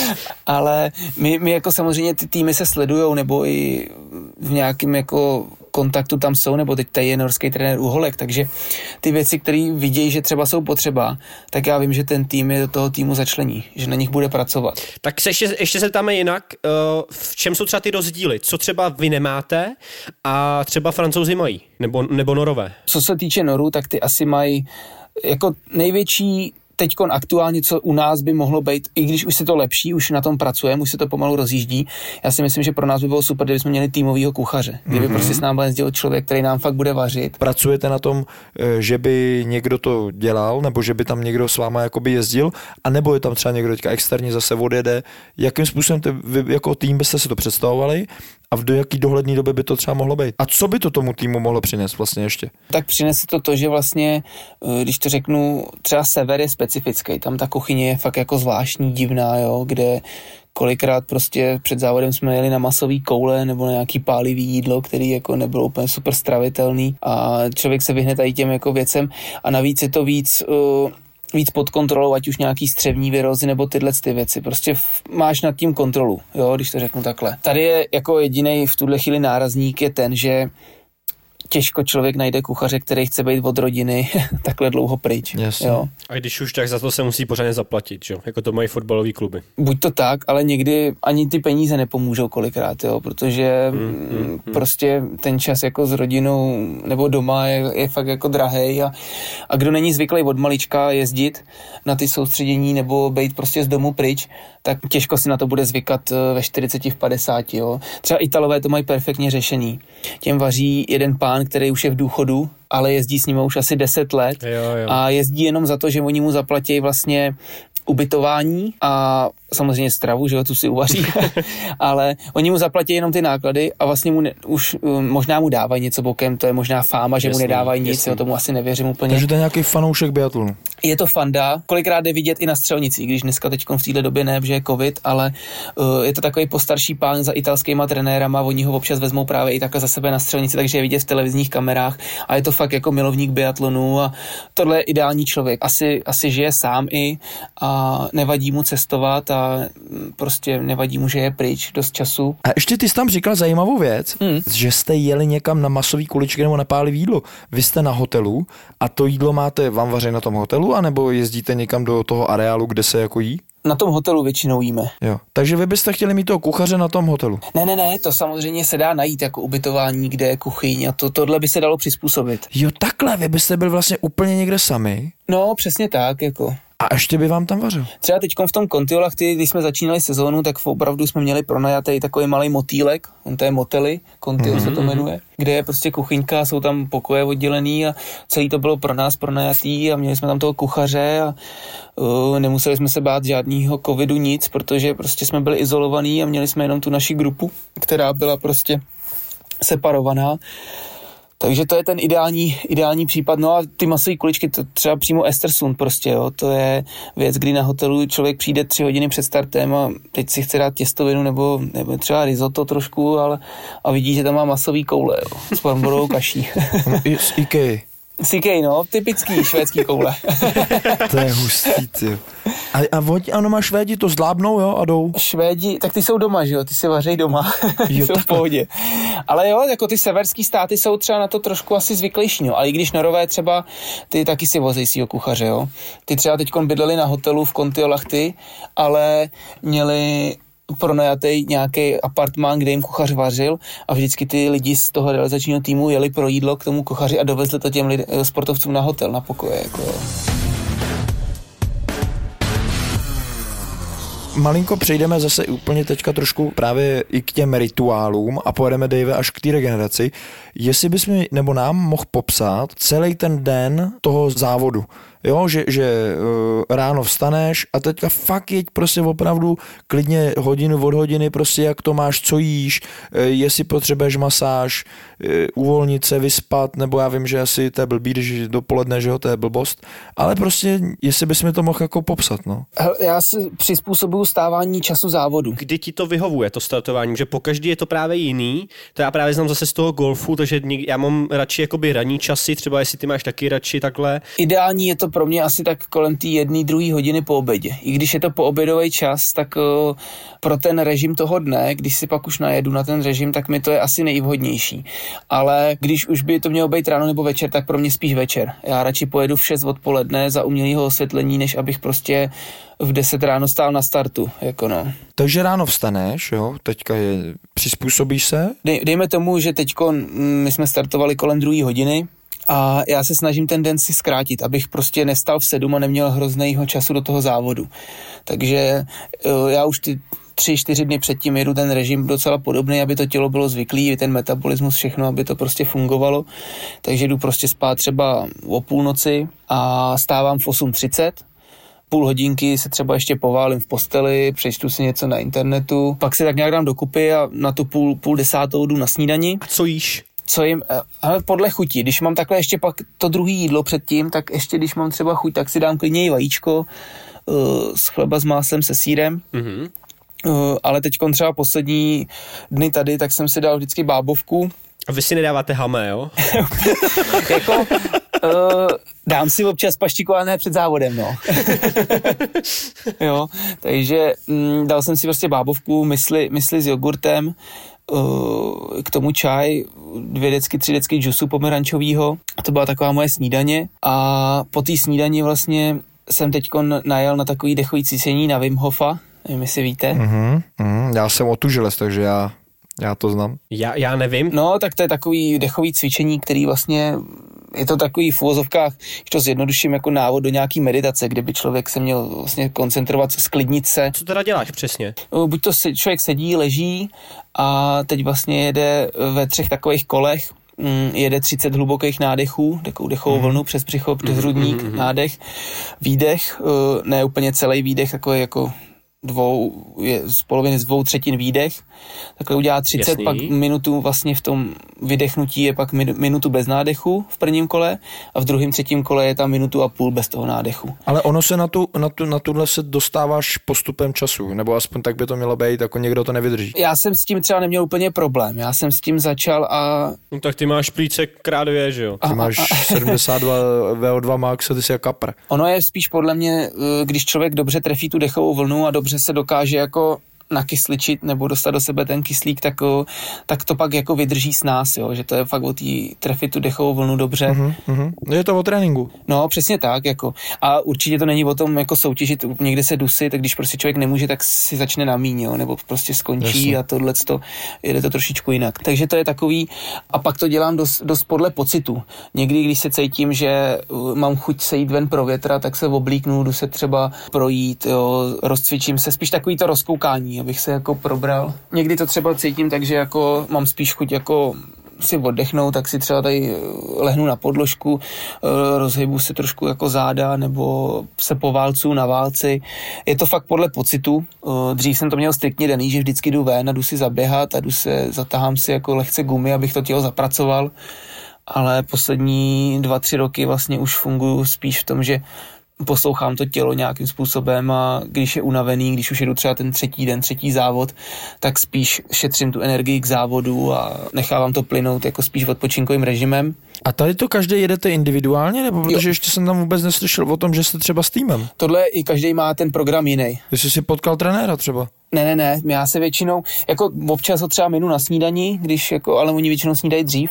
Ale my, my jako samozřejmě ty týmy se sledujou, nebo i v nějakém jako kontaktu tam jsou, nebo teď tady je norský trenér Uholek, takže ty věci, které vidějí, že třeba jsou potřeba, tak já vím, že ten tým je do toho týmu začlení, že na nich bude pracovat. Tak se ještě, ještě se zeptáme jinak, v čem jsou třeba ty rozdíly? Co třeba vy nemáte a třeba Francouzi mají, nebo, nebo Norové? Co se týče Norů, tak ty asi mají jako největší teďkon aktuálně, co u nás by mohlo být, i když už se to lepší, už na tom pracujeme, už se to pomalu rozjíždí. Já si myslím, že pro nás by bylo super, kdybychom měli týmovýho kuchaře. Kdyby mm-hmm. prostě s námi jezdil člověk, který nám fakt bude vařit. Pracujete na tom, že by někdo to dělal, nebo že by tam někdo s váma jakoby jezdil, a nebo je tam třeba někdo teďka externě zase odjede. Jakým způsobem ty, vy jako tým byste si to představovali a v do jaký dohledné doby by to třeba mohlo být? A co by to tomu týmu mohlo přinést vlastně ještě? Tak přinese to to, že vlastně, když to řeknu, třeba sever je specifický. Tam ta kuchyně je fakt jako zvláštní, divná, jo, kde kolikrát prostě před závodem jsme jeli na masový koule nebo na nějaký pálivý jídlo, který jako nebylo úplně super stravitelný a člověk se vyhne tady těm jako věcem a navíc je to víc... Uh, víc pod kontrolou, ať už nějaký střevní virózy nebo tyhle ty věci. Prostě v, máš nad tím kontrolu, jo, když to řeknu takhle. Tady je jako jediný v tuhle chvíli nárazník je ten, že těžko člověk najde kuchaře, který chce být od rodiny takhle dlouho pryč. Jo. A když už, tak za to se musí pořádně zaplatit, jo? Jako to mají fotbalové kluby. Buď to tak, ale někdy ani ty peníze nepomůžou kolikrát, jo? Protože mm, mm, mm. prostě ten čas jako s rodinou nebo doma je, je fakt jako drahej a, a kdo není zvyklý od malička jezdit na ty soustředění nebo být prostě z domu pryč, tak těžko si na to bude zvykat ve čtyřiceti, v padesáti, jo. Třeba Italové to mají perfektně řešený. Těm vaří jeden pán, který už je v důchodu, ale jezdí s nimi už asi deset let jo, jo. a jezdí jenom za to, že oni mu zaplatí vlastně ubytování a samozřejmě stravu, že jo, tu si uvaří, ale oni mu zaplatí jenom ty náklady a vlastně mu ne, už um, možná mu dávají něco bokem, to je možná fáma, že jasný, mu nedávají nic, jo, tomu asi nevěřím úplně. Takže to je nějaký fanoušek biatlonu. Je to fanda, kolikrát jde vidět i na střelnici, když dneska teď v této době ne, že je covid, ale uh, je to takový postarší pán za italskýma trenérama, oni ho občas vezmou právě i takhle za sebe na střelnici, takže je vidět v televizních kamerách a je to fakt jako milovník biatlonu a tohle je ideální člověk. Asi, asi žije sám i a nevadí mu cestovat a prostě nevadí mu, že je pryč dost času. A ještě ty jsi tam říkal zajímavou věc, hmm. že jste jeli někam na masový kuličky nebo na pálivý jídlo. Vy jste na hotelu a to jídlo máte vám vařit na tom hotelu, anebo jezdíte někam do toho areálu, kde se jako jí? Na tom hotelu většinou jíme. Jo. Takže vy byste chtěli mít toho kuchaře na tom hotelu? Ne, ne, ne, to samozřejmě se dá najít jako ubytování, kde je kuchyň a to, tohle by se dalo přizpůsobit. Jo, takhle, vy byste byl vlastně úplně někde sami? No, přesně tak, jako. A ještě by vám tam vařil? Třeba teďkom v tom Kontiolahti, když jsme začínali sezónu, tak opravdu jsme měli pronajatý takový malý motýlek, on to je motely, Kontiol mm-hmm. se to jmenuje, kde je prostě kuchyňka, jsou tam pokoje oddělený a celý to bylo pro nás pronajatý a měli jsme tam toho kuchaře a uh, nemuseli jsme se bát žádného covidu nic, protože prostě jsme byli izolovaní a měli jsme jenom tu naši grupu, která byla prostě separovaná. Takže to je ten ideální, ideální případ. No a ty masové kuličky, to třeba přímo Östersund prostě, jo. To je věc, kdy na hotelu člověk přijde tři hodiny před startem a teď si chce dát těstovinu nebo, nebo třeba risotto trošku, ale a vidí, že tam má masový koule, jo, s bramborovou kaší. Z IKEA. Z IKEA, no, typický švédský koule. To je hustý, ty. A, a oni, ano, má Švédi to zdlábnou, jo, a jdou? Švédi, tak ty jsou doma, že jo, ty si vařejí doma, jo, jsou v pohodě. Ale jo, jako ty severský státy jsou třeba na to trošku asi zvyklejší, no, ale i když Norové třeba, ty taky si vozejí svýho kuchaře, jo. Ty třeba teďkon bydleli na hotelu v Kontiolahti, ale měli pronajatý nějaký apartmán, kde jim kuchař vařil a vždycky ty lidi z toho realizačního týmu jeli pro jídlo k tomu kuchaři a dovezli to těm lidi, sportovcům na hotel, na pokoje, jako jo. Malinko přejdeme zase úplně teďka trošku právě i k těm rituálům a pojedeme, Dave, až k té regeneraci. Jestli bys mi nebo nám mohl popsat celý ten den toho závodu. Jo, že, že uh, ráno vstaneš a teďka fakt jeď prostě opravdu klidně hodinu od hodiny prostě jak to máš, co jíš, uh, jestli potřebuješ masáž, uh, uvolnit se, vyspat, nebo já vím, že asi to je blbý, když dopoledne, že jo, to je blbost, ale prostě jestli bys mi to mohl jako popsat, no. Já si přizpůsobuju stávání času závodu. Kdy ti to vyhovuje, to startování, že po každý je to právě jiný, to já právě znám zase z toho golfu, takže já mám radši jakoby ranní časy, třeba jestli ty máš taky radši takhle. Ideální je to pro mě asi tak kolem té jedné, druhé hodiny po obědě. I když je to po obědový čas, tak uh, pro ten režim toho dne, když si pak už najedu na ten režim, tak mi to je asi nejvhodnější. Ale když už by to mělo být ráno nebo večer, tak pro mě spíš večer. Já radši pojedu v šest odpoledne za umělého osvětlení, než abych prostě v deset ráno stál na startu. Jako no. Takže ráno vstaneš, jo, teďka je, přizpůsobíš se? Dej, dejme tomu, že teďko my jsme startovali kolem druhé hodiny, a já se snažím ten den si zkrátit, abych prostě nestal v sedm a neměl hroznýho času do toho závodu. Takže já už ty tři, čtyři dny předtím jedu ten režim docela podobný, aby to tělo bylo zvyklý, ten metabolismus, všechno, aby to prostě fungovalo. Takže jdu prostě spát třeba o půlnoci a stávám v osm třicet. Půl hodinky se třeba ještě poválím v posteli, přečtu si něco na internetu, pak si tak nějak dám dokupy a na tu půl, půl desátou jdu na snídani. A co jíš? Co jim, ale podle chuti, když mám takhle ještě pak to druhé jídlo předtím, tak ještě když mám třeba chuť, tak si dám klidně i vajíčko uh, z chleba s máslem se sýrem. Mm-hmm. Uh, ale teď třeba poslední dny tady, tak jsem si dal vždycky bábovku. A vy si nedáváte hamé, jo? Jako, uh, dám si občas paštiku, ale ne před závodem, no. Jo, takže mm, dal jsem si prostě bábovku, mysli, mysli s jogurtem, k tomu čaj, dvě decky, tři decky džusu pomerančovýho. A to byla taková moje snídaně. A po té snídani vlastně jsem teďko najel na takový dechový cvičení na Wim Hofa. Nevím, jestli víte. Mm-hmm, mm, já jsem otužilec, takže já, já to znám. Já, já nevím. No, tak to je takový dechový cvičení, který vlastně je to takový v uvozovkách, když to zjednoduším, jako návod do nějaký meditace, kde by člověk se měl vlastně koncentrovat, sklidnit se. Co teda děláš přesně? Buď to se, člověk sedí, leží a teď vlastně jede ve třech takových kolech, jede třicet hlubokých nádechů, takovou dechovou vlnu přes břicho, přes hrudník, mm-hmm. nádech, výdech, ne úplně celý výdech, takový jako dvou, je z poloviny z dvou třetin výdech, takhle udělá třicet, Jasný. Pak minutu vlastně v tom vydechnutí je pak minutu bez nádechu v prvním kole a v druhém třetím kole je tam minutu a půl bez toho nádechu. Ale ono se na, tu, na, tu, na tuhle se dostáváš postupem času, nebo aspoň tak by to mělo být, jako někdo to nevydrží. Já jsem s tím třeba neměl úplně problém, já jsem s tím začal a... No tak ty máš plíce krát dvě, že jo? Ty a, máš a, a... sedmdesát dva V O dva max a ty jsi jak kapr. Ono je spíš podle mě, když člověk dobře trefí tu dechovou vlnu a dobře se dokáže jako nakysličit nebo dostat do sebe ten kyslík, tak, tak to pak jako vydrží s nás, jo? Že to je fakt o té trefit tu dechovou vlnu dobře. Uh-huh, uh-huh. Je to o tréninku. No, přesně tak, jako. A určitě to není o tom jako soutěžit, někde se dusit, tak když prostě člověk nemůže, tak si začne na míň, jo? Nebo prostě skončí Jasně. a tohleto, jede to trošičku jinak. Takže to je takový, a pak to dělám dost, dost podle pocitu. Někdy, když se cítím, že mám chuť se jít ven pro větra, tak se oblíknu, jdu se třeba projít, jo? Rozcvičím se, spíš takový to rozkoukání, abych se jako probral. Někdy to třeba cítím tak, že jako mám spíš chuť jako si oddechnout, tak si třeba tady lehnu na podložku, rozhybu si trošku jako záda nebo se poválcu na válci. Je to fakt podle pocitu. Dřív jsem to měl striktně daný, že vždycky jdu ven a jdu si zaběhat a jdu se, zatahám si jako lehce gumy, abych to tělo zapracoval. Ale poslední dva, tři roky vlastně už funguju spíš v tom, že poslouchám to tělo nějakým způsobem a když je unavený, když už jedu třeba ten třetí den, třetí závod, tak spíš šetřím tu energii k závodu a nechávám to plynout jako spíš odpočinkovým režimem. A tady to každý jedete individuálně, nebo protože jo. ještě jsem tam vůbec neslyšel o tom, že jste třeba s týmem? Tohle i každý má ten program jiný. Ty jsi si potkal trenéra třeba? Ne, ne, ne, já se většinou, jako občas ho třeba minu na snídani, když jako, ale oni většinou snídají dřív.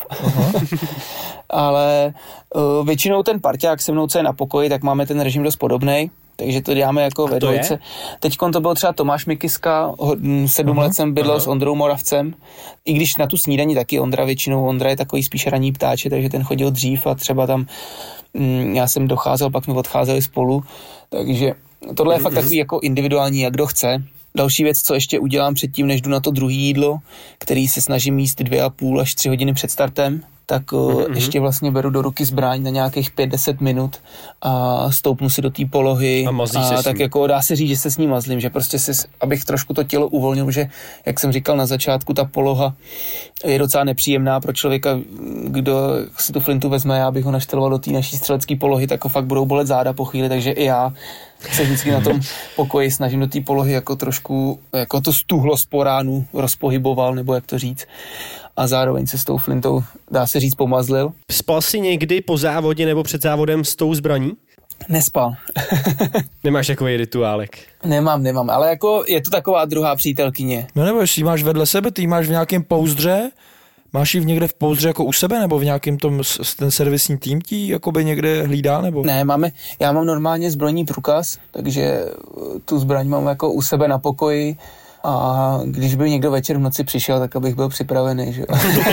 Ale uh, většinou ten parťák se mnou, co je na pokoji, tak máme ten režim dost podobnej, takže to děláme jako ve dvojce. Teďkon to byl třeba Tomáš Mikiska, sedm uh-huh. let jsem bydlel uh-huh. s Ondrou Moravcem, i když na tu snídani taky Ondra většinou, Ondra je takový spíš ranní ptáče, takže ten chodil dřív a třeba tam mm, já jsem docházel, pak jsme odcházeli spolu, takže tohle je uh-huh. fakt takový jako individuální, jak kdo chce. Další věc, co ještě udělám předtím, než jdu na to druhé jídlo, který se snažím jíst dvě a půl až tři hodiny před startem, tak mm-hmm. ještě vlastně beru do ruky zbraň na nějakých pět deset minut a stoupnu si do té polohy a, a tak jako dá se říct, že se s ní mazlím, že prostě si, abych trošku to tělo uvolnil, že jak jsem říkal na začátku, ta poloha je docela nepříjemná pro člověka, kdo si tu flintu vezme, já bych ho našteloval do té naší střelecké polohy, tak ho fakt budou bolet záda po chvíli, takže i já se vždycky na tom pokoji snažím do té polohy jako trošku, jako to stuhlost po ránu rozpohyboval, nebo jak to říct. A zároveň se s tou flintou, dá se říct, pomazlil. Spal jsi někdy po závodě nebo před závodem s tou zbraní? Nespal. Nemáš takový rituálek? Nemám, nemám, ale jako je to taková druhá přítelkyně. No nebo jestli máš vedle sebe, ty máš v nějakém pouzdře, máš ji někde v pouzdře jako u sebe, nebo v nějakém tom, ten servisní tým ti jakoby někde hlídá, nebo? Ne, máme, já mám normálně zbrojní průkaz, takže tu zbraň mám jako u sebe na pokoji a když by někdo večer v noci přišel, tak abych byl připravený, že jo.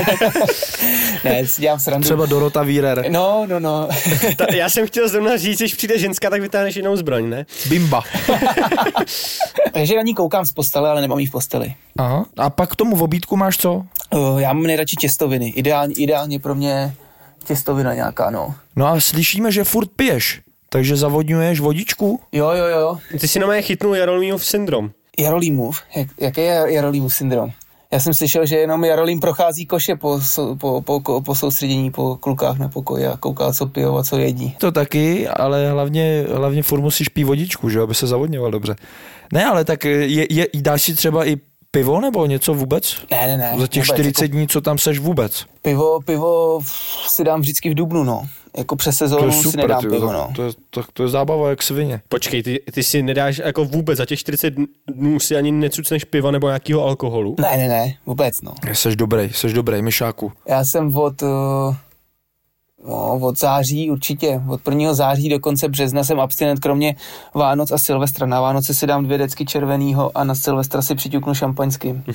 Ne, si dělám srandu. Třeba Dorota Wierer. No, no, no. Ta, já jsem chtěl zrovna říct, když přijde ženská, tak vytáhneš jinou zbraň, ne? Bimba. Takže na ní koukám z postele, ale nemám jí v posteli. Aha. A pak k tomu v obídku máš co? Uh, já mám nejradši těstoviny. Ideálně, ideálně pro mě těstovina nějaká, no. No a slyšíme, že furt piješ, takže zavodňuješ vodičku? Jo, jo, jo. Ty si na mě chytnul Jarolímův syndrom. Jarolímův? Jak, jaký je Jarolímův syndrom? Já jsem slyšel, že jenom Jarolím prochází koše po, po, po, po soustředění po klukách na pokoji a kouká, co pijou a co jedí. To taky, ale hlavně, hlavně furt musíš pít vodičku, že aby se zavodňoval dobře. Ne, ale tak je, je, dáš si třeba i pivo nebo něco vůbec? Ne, ne, ne. Za těch vůbec, čtyřicet jako dní, co tam seš vůbec? Pivo, pivo si dám vždycky v dubnu, no. Jako přes sezónu super, si nedám tyjo, pivo, no. To, to, to, to je zábava jak svině. Počkej, ty, ty si nedáš jako vůbec za těch čtyřicet dnů si ani necucneš piva nebo nějakého alkoholu? Ne, ne, ne, vůbec, no. Seš dobrý, seš dobrý, myšáku. Já jsem od, uh, no, od září určitě, od prvního září do konce března jsem abstinent, kromě Vánoc a Silvestra. Na Vánoce si dám dvě decky červenýho a na Silvestra si přiťuknu šampaňským.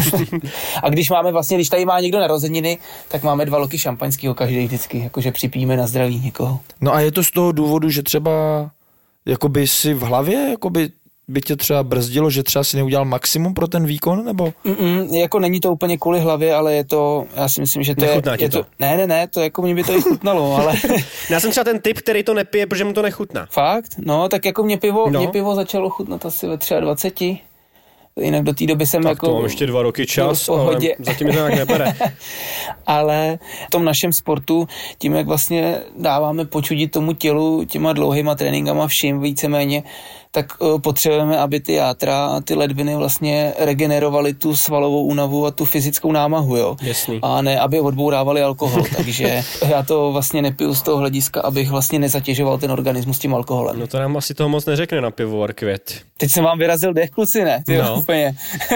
A když máme vlastně, když tady má někdo narozeniny, tak máme dva loky šampaňského každý vždycky, jakože připijíme na zdraví někoho. No a je to z toho důvodu, že třeba jakoby si v hlavě, jakoby by tě třeba brzdilo, že třeba si neudělal maximum pro ten výkon, nebo? Mm-mm, jako není to úplně kvůli hlavě, ale je to, já si myslím, že to Nechutná je... ti je to? to? Ne, ne, ne, to jako mě by to i chutnalo, ale... Já jsem třeba ten typ, který to nepije, protože mu to nechutná. Fakt? No, tak jako mě pivo, No. mě pivo začalo chutnat asi ve dvaceti třech. Jinak do té doby jsem Tak jako... to mám ještě dva roky čas, v pohodě. ale zatím mi to nějak nebere. Ale v tom našem sportu, tím, jak vlastně dáváme počudit tomu tělu těma dlouhýma tréninkama vším víceméně, tak uh, potřebujeme, aby ty játra a ty ledviny vlastně regenerovaly tu svalovou únavu a tu fyzickou námahu, jo. Jasný. A ne, aby odbourávali alkohol, takže já to vlastně nepiju z toho hlediska, abych vlastně nezatěžoval ten organismus tím alkoholem. No to nám asi toho moc neřekne na pivovar Květ. Teď jsem vám vyrazil dech, kluci, ne? Ty No. úplně.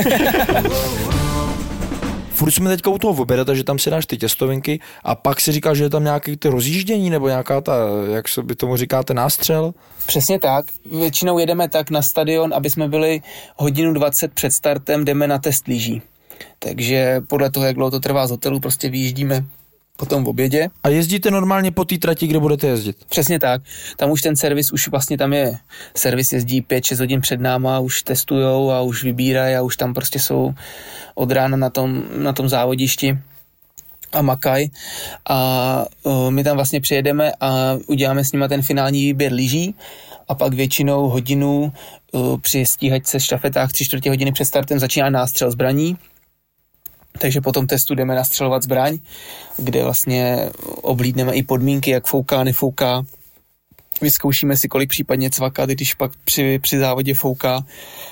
Furt jsme teďka u toho oběda, takže tam si dáš ty těstovinky a pak si říkáš, že je tam nějaké ty rozjíždění nebo nějaká ta, jak se by tomu říkáte, nástřel. Přesně tak. Většinou jedeme tak na stadion, aby jsme byli hodinu dvacet před startem, jdeme na test lyží. Takže podle toho, jak dlouho to trvá z hotelu, prostě vyjíždíme potom v obědě. A jezdíte normálně po té trati, kde budete jezdit? Přesně tak. Tam už ten servis, už vlastně tam je, servis jezdí pět šest hodin před náma, už testujou a už vybírají a už tam prostě jsou od rána na tom, na tom závodišti a makaj. A uh, my tam vlastně přijedeme a uděláme s nima ten finální výběr lyží a pak většinou hodinu uh, při stíhačce štafetách tři čtvrtě hodiny před startem začíná nástřel zbraní. Takže potom testu jdeme nastřelovat zbraň, kde vlastně oblídneme i podmínky, jak fouká, nefouká. Vyzkoušíme si, kolik případně cvakat, když pak při, při závodě fouká.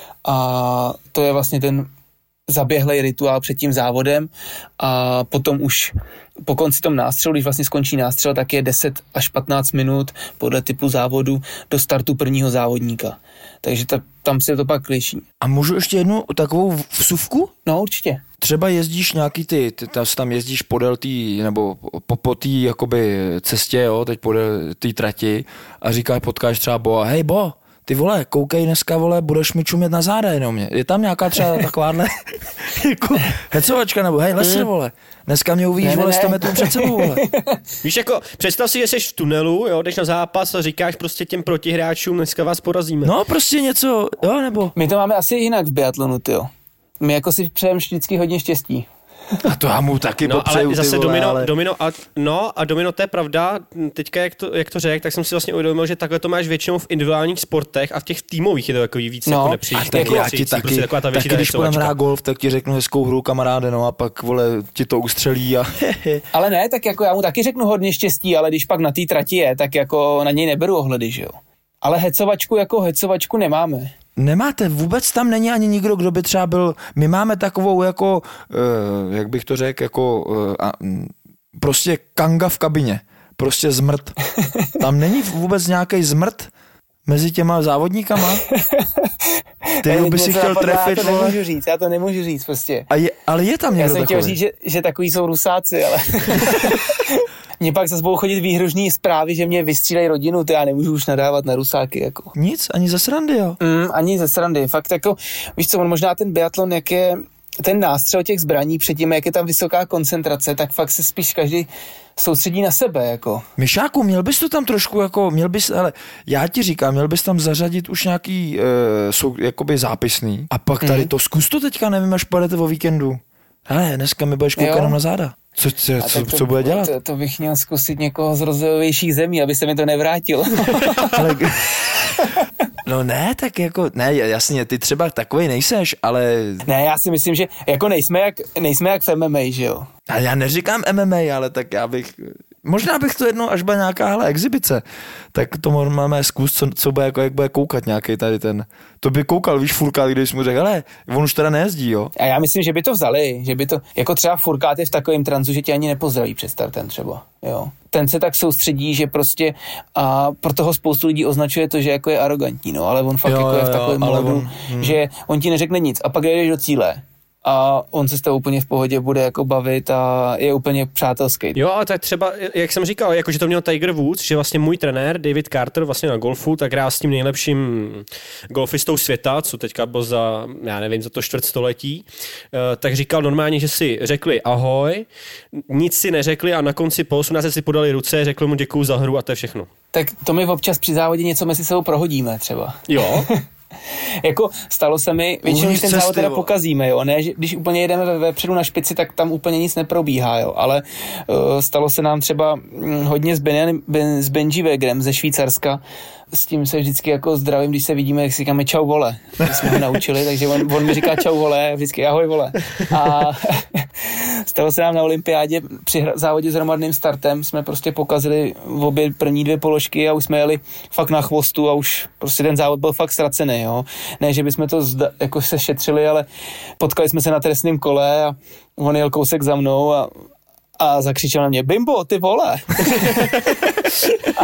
A to je vlastně ten zaběhlej rituál před tím závodem a potom už po konci tom nástřelu, když vlastně skončí nástřel, tak je deset až patnáct minut podle typu závodu do startu prvního závodníka. Takže ta, tam se to pak liší. A můžu ještě jednu takovou vsuvku? No určitě. Třeba jezdíš nějaký ty, ty tam jezdíš podél tý, nebo po, po tý jakoby cestě, jo, teď podél tý trati a říkáš, potkáš třeba Bo, hej Bo, ty vole, koukej dneska, vole, budeš mi čumět na záda jenom mě. Je tam nějaká třeba takováhle jako hecovačka, nebo hej, Lesr, vole, dneska mě uvidíš, vole, sto metrů před sebou, vole. Víš, jako, představ si, že jsi v tunelu, jo, jdeš na zápas a říkáš prostě těm protihráčům, dneska vás porazíme. No, prostě něco, jo, nebo... My to máme asi jinak v biatlonu, tyjo. My jako si přejeme vždycky hodně štěstí. A to já mu taky No, popřeju, ale zase ty vole, domino, ale... domino, a, no a domino, to je pravda, teďka jak to, jak to řekl, tak jsem si vlastně uvědomil, že takhle to máš většinou v individuálních sportech a v těch týmových je to takový víc No, jako a nepřijít. Tak já ti taky, prostě taková ta větší taky když půjdem hecovačka. hrát golf, tak ti řeknu hezkou hru, kamaráde, no a pak, vole, ti to ustřelí a Ale ne, tak jako já mu taky řeknu hodně štěstí, ale když pak na té trati je, tak jako na něj neberu ohledy, že jo. Ale hecovačku jako hecovačku nemáme. Nemáte, vůbec tam není ani nikdo, kdo by třeba byl, my máme takovou jako, uh, jak bych to řekl, jako uh, a, mm, prostě kanga v kabině. prostě zmrt. Tam není vůbec nějaký zmrt mezi těma závodníkama? Ty by si chtěl trefit, já to nemůžu říct, já to nemůžu říct prostě. A je, ale je tam někdo takový? Já jsem takový. chtěl říct, že, že takový jsou rusáci, ale... Mně pak zase budou chodit výhružní zprávy, že mě vystřílejí rodinu, to já nemůžu už nadávat na rusáky, jako. Nic, ani ze srandy, jo? Mm, ani ze srandy, fakt jako, víš co, on možná ten biatlon, jak je ten nástřel těch zbraní předtím, jak je tam vysoká koncentrace, tak fakt se spíš každý soustředí na sebe, jako. Myšáku, měl bys to tam trošku, jako, měl bys, ale já ti říkám, měl bys tam zařadit už nějaký, uh, jsou, jakoby zápisný, a pak tady mm. to, zkus to teďka, nevím, až pojedete o víkendu. Hele, dneska mi budeš koukat na záda. Co, co, co, to, co bude dělat? To, to bych měl zkusit někoho z rozvojovějších zemí, aby se mi to nevrátil. Ale, no ne, tak jako, ne, jasně, ty třeba takovej nejseš, ale... Ne, já si myslím, že jako nejsme jak, nejsme jak v M M A, že jo? A já neříkám M M A, ale tak já bych... Možná bych to jednou, až bude nějaká hele, exibice, tak to máme zkus, co, co bude, jako, jak bude koukat nějaký tady ten. To by koukal, víš, Furkát, když jsi mu řekl, hele, on už teda nejezdí, jo. A já myslím, že by to vzali, že by to, jako třeba Furkát je v takovém tranzu, že tě ani nepozdraví před startem třeba, jo. Ten se tak soustředí, že prostě a pro toho spoustu lidí označuje to, že jako je arrogantní, no, ale on fakt jo, jako je v takovém modu, on, hmm. že on ti neřekne nic a pak jdeš do cíle. A on se s tou úplně v pohodě bude jako bavit a je úplně přátelský. Jo, ale tak třeba, jak jsem říkal, jako že to měl Tiger Woods, že vlastně můj trenér David Carter vlastně na golfu, tak hrál s tím nejlepším golfistou světa, co teďka byl za, já nevím, za to čtvrtstoletí, tak říkal normálně, že si řekli ahoj, nic si neřekli a na konci po osmnácti si podali ruce, řekli mu děkuju za hru a to je všechno. Tak to my občas při závodě něco mezi sebou prohodíme třeba. Jo. Jako stalo se mi, většinou když ten závod teda pokazíme, jo, ne, že když úplně jedeme ve, vepředu na špici, tak tam úplně nic neprobíhá, jo, ale uh, stalo se nám třeba hm, hodně s, ben, ben, s Benji Wegerem ze Švýcarska, s tím se vždycky jako zdravím, když se vidíme, jak si říkáme čau vole, to jsme ho naučili, takže on, on mi říká čau vole, vždycky ahoj vole. A stalo se nám na olympiádě při závodě s hromadným startem, jsme prostě pokazili v obě první dvě položky a už jsme jeli fakt na chvostu a už prostě ten závod byl fakt ztracený, jo. Ne, že bychom to zda, jako se šetřili, ale potkali jsme se na trestném kole a on jel kousek za mnou a a zakřičel na mě, Bimbo, ty vole. a,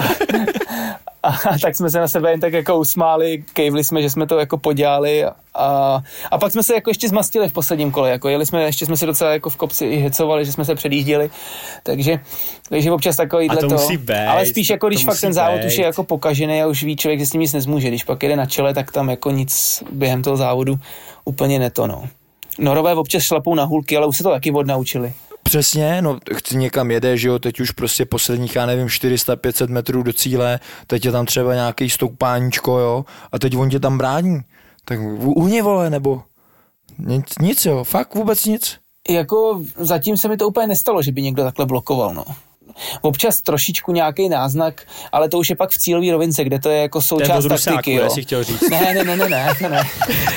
a tak jsme se na sebe jen tak jako usmáli, kejvli jsme, že jsme to jako podělali a, a pak jsme se jako ještě zmastili v posledním kole, jako jeli jsme, ještě jsme se docela jako v kopci i hecovali, že jsme se předjížděli, takže, takže občas takovýhle to, to být, ale spíš jako když fakt ten závod být. už je jako pokažený a už ví člověk, že s tím nic nezmůže, když pak jede na čele, tak tam jako nic během toho závodu úplně neto, no. Norové občas šlapou na hůlky, ale už se to taky odnaučili. Přesně, no chci někam jede, že jo, teď už prostě posledních, já nevím, čtyři sta pět set metrů do cíle, teď je tam třeba nějaký stoupáníčko, jo, a teď on tě tam brání, tak uhni vole, nebo nic, nic jo, fakt vůbec nic. Jako zatím se mi to úplně nestalo, že by někdo takhle blokoval, no. Občas trošičku nějaký náznak, ale to už je pak v cílové rovince, kde to je jako součást taktiky, jo. Si chtěl říct. Ne, ne, ne, ne, ne, to ne.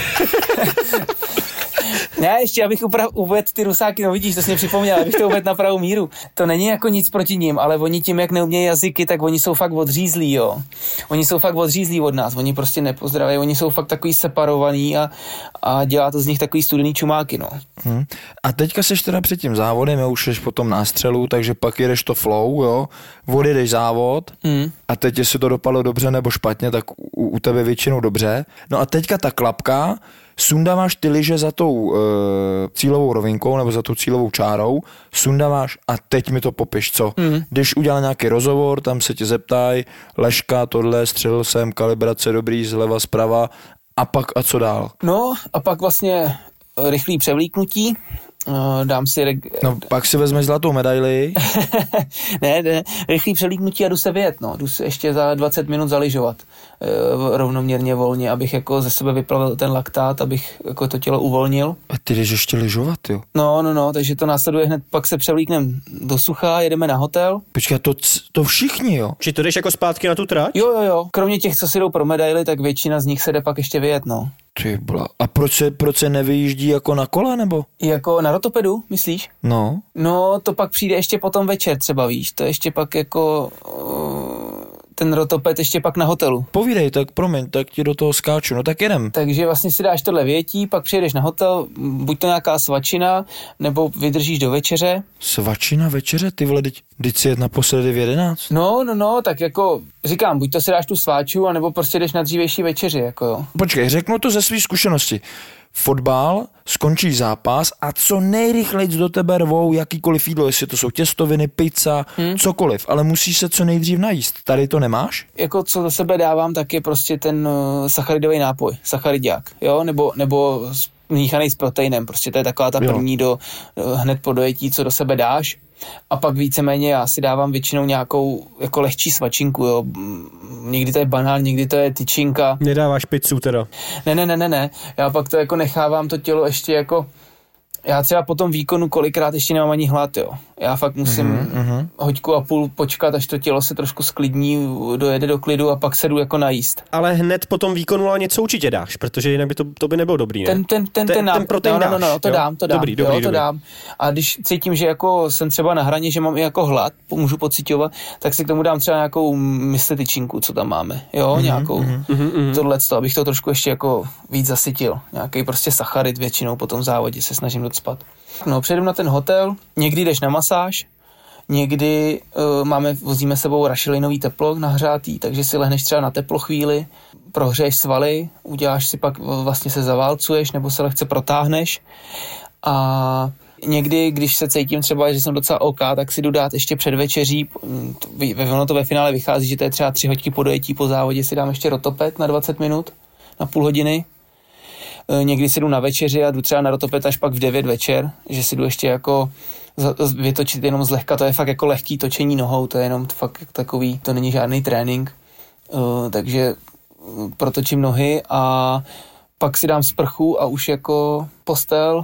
Ne, ještě abych uvedl ty rusáky, no vidíš, to jsi mě připomněl, abych to uvedl na pravou míru. To není jako nic proti ním, ale oni tím, jak neumějí jazyky, tak oni jsou fakt odřízlí, jo. Oni jsou fakt odřízlí od nás, oni prostě nepozdraví, oni jsou fakt takový separovaný a, a dělá to z nich takový studený čumáky, no. Hmm. A teďka seš teda před tím závodem, jo, už ješ po tom nástřelu, takže pak jedeš to flow, jo, odjedeš závod hmm. a teď jestli to dopadlo dobře nebo špatně, tak u, u tebe většinou dobře. No a teďka ta klapka, sundáváš ty lyže za tou e, cílovou rovinkou nebo za tou cílovou čárou, sundáváš a teď mi to popiš, co? Mm. Když udělal nějaký rozhovor, tam se tě zeptají, leška, tohle, střelil jsem, kalibrace dobrý, zleva, zprava a pak a co dál? No a pak vlastně rychlý převlíknutí, dám si... Reg... No pak si vezmeš zlatou medaili. ne, ne, rychlý převlíknutí a jdu se vyjet, no, jdu se ještě za dvacet minut zaližovat e, rovnoměrně volně, abych jako ze sebe vyplavil ten laktát, abych jako to tělo uvolnil. A ty jdeš ještě lyžovat, jo? No, no, no, takže to následuje hned, pak se převlíknem do sucha, jedeme na hotel. Počkej, to, to všichni, jo? Či to jdeš jako zpátky na tu trať? Jo, jo, jo, kromě těch, co si jdou pro medaily, tak většina z nich se jde pak ještě vyjet, no. Ty bla. A proč se, proč se nevyjíždí jako na kola, nebo? Jako na rotopedu, myslíš? No. No, to pak přijde ještě potom večer třeba, víš, to ještě pak jako... Uh, ten rotopet ještě pak na hotelu. Povídej, tak promiň, tak ti do toho skáču, no tak jedem. Takže vlastně si dáš tohle větí, pak přijedeš na hotel, buď to nějaká svačina, nebo vydržíš do večeře. Svačina večeře, ty vole, teď, teď si jet naposledy v jedenáct. No, no, no, tak jako říkám, buď to si dáš tu sváču, anebo prostě jdeš na dřívější večeři, jako jo. Počkej, řeknu to ze své zkušenosti. Fotbal, skončí zápas a co nejrychleji do tebe rvou jakýkoliv jídlo, jestli to jsou těstoviny, pizza, hmm. cokoliv, ale musíš se co nejdřív najíst. Tady to nemáš? Jako co za sebe dávám, tak je prostě ten uh, sacharidový nápoj, sacharidák, jo, nebo, nebo míchaný s proteinem, prostě to je taková ta první do, uh, hned po dojetí, co do sebe dáš. A pak víceméně já si dávám většinou nějakou jako lehčí svačinku, jo. Někdy to je banán, někdy to je tyčinka. Nedáváš pizzu teda? Ne, ne, ne, ne, ne. Já pak to jako nechávám to tělo ještě jako... Já třeba po tom výkonu kolikrát ještě nemám ani hlad, jo. Já fakt musím mm-hmm. hoďku a půl počkat, až to tělo se trošku sklidní, dojede do klidu a pak se jdu jako najíst. Ale hned po tom výkonu ale něco určitě dáš, protože jinak by to, to by nebylo dobrý, ne? Ten, ten, ten, ten, ten, ten protein no, no, no, no, to jo? dám, to dám, dobrý, dobrý, jo, to dobrý. dám. A když cítím, že jako jsem třeba na hraně, že mám i jako hlad, můžu pocitovat, tak si k tomu dám třeba nějakou myslityčinku, co tam máme, jo, mm-hmm, nějakou mm-hmm. tohleto, abych to trošku ještě jako víc zasytil. Nějaký prostě sacharid většinou po tom závodě se snažím docpat. No, přejdeme na ten hotel, někdy jdeš na masáž, někdy uh, máme, vozíme sebou rašelinový teplok nahřátý, takže si lehneš třeba na teplo chvíli, prohřeješ svaly, uděláš si pak, vlastně se zaválcuješ nebo se lehce protáhneš a někdy, když se cítím třeba, že jsem docela OK, tak si jdu dát ještě před večeří, ono to ve finále vychází, že to je třeba tři hoďky po dojetí po závodě, si dám ještě rotopet na dvacet minut, na půl hodiny. Někdy si jdu na večeři a jdu třeba na rotopet až pak v devět večer, že si jdu ještě jako vytočit jenom zlehka, to je fakt jako lehký točení nohou, to je jenom fakt takový, to není žádný trénink, uh, takže protočím nohy a pak si dám sprchu a už jako postel.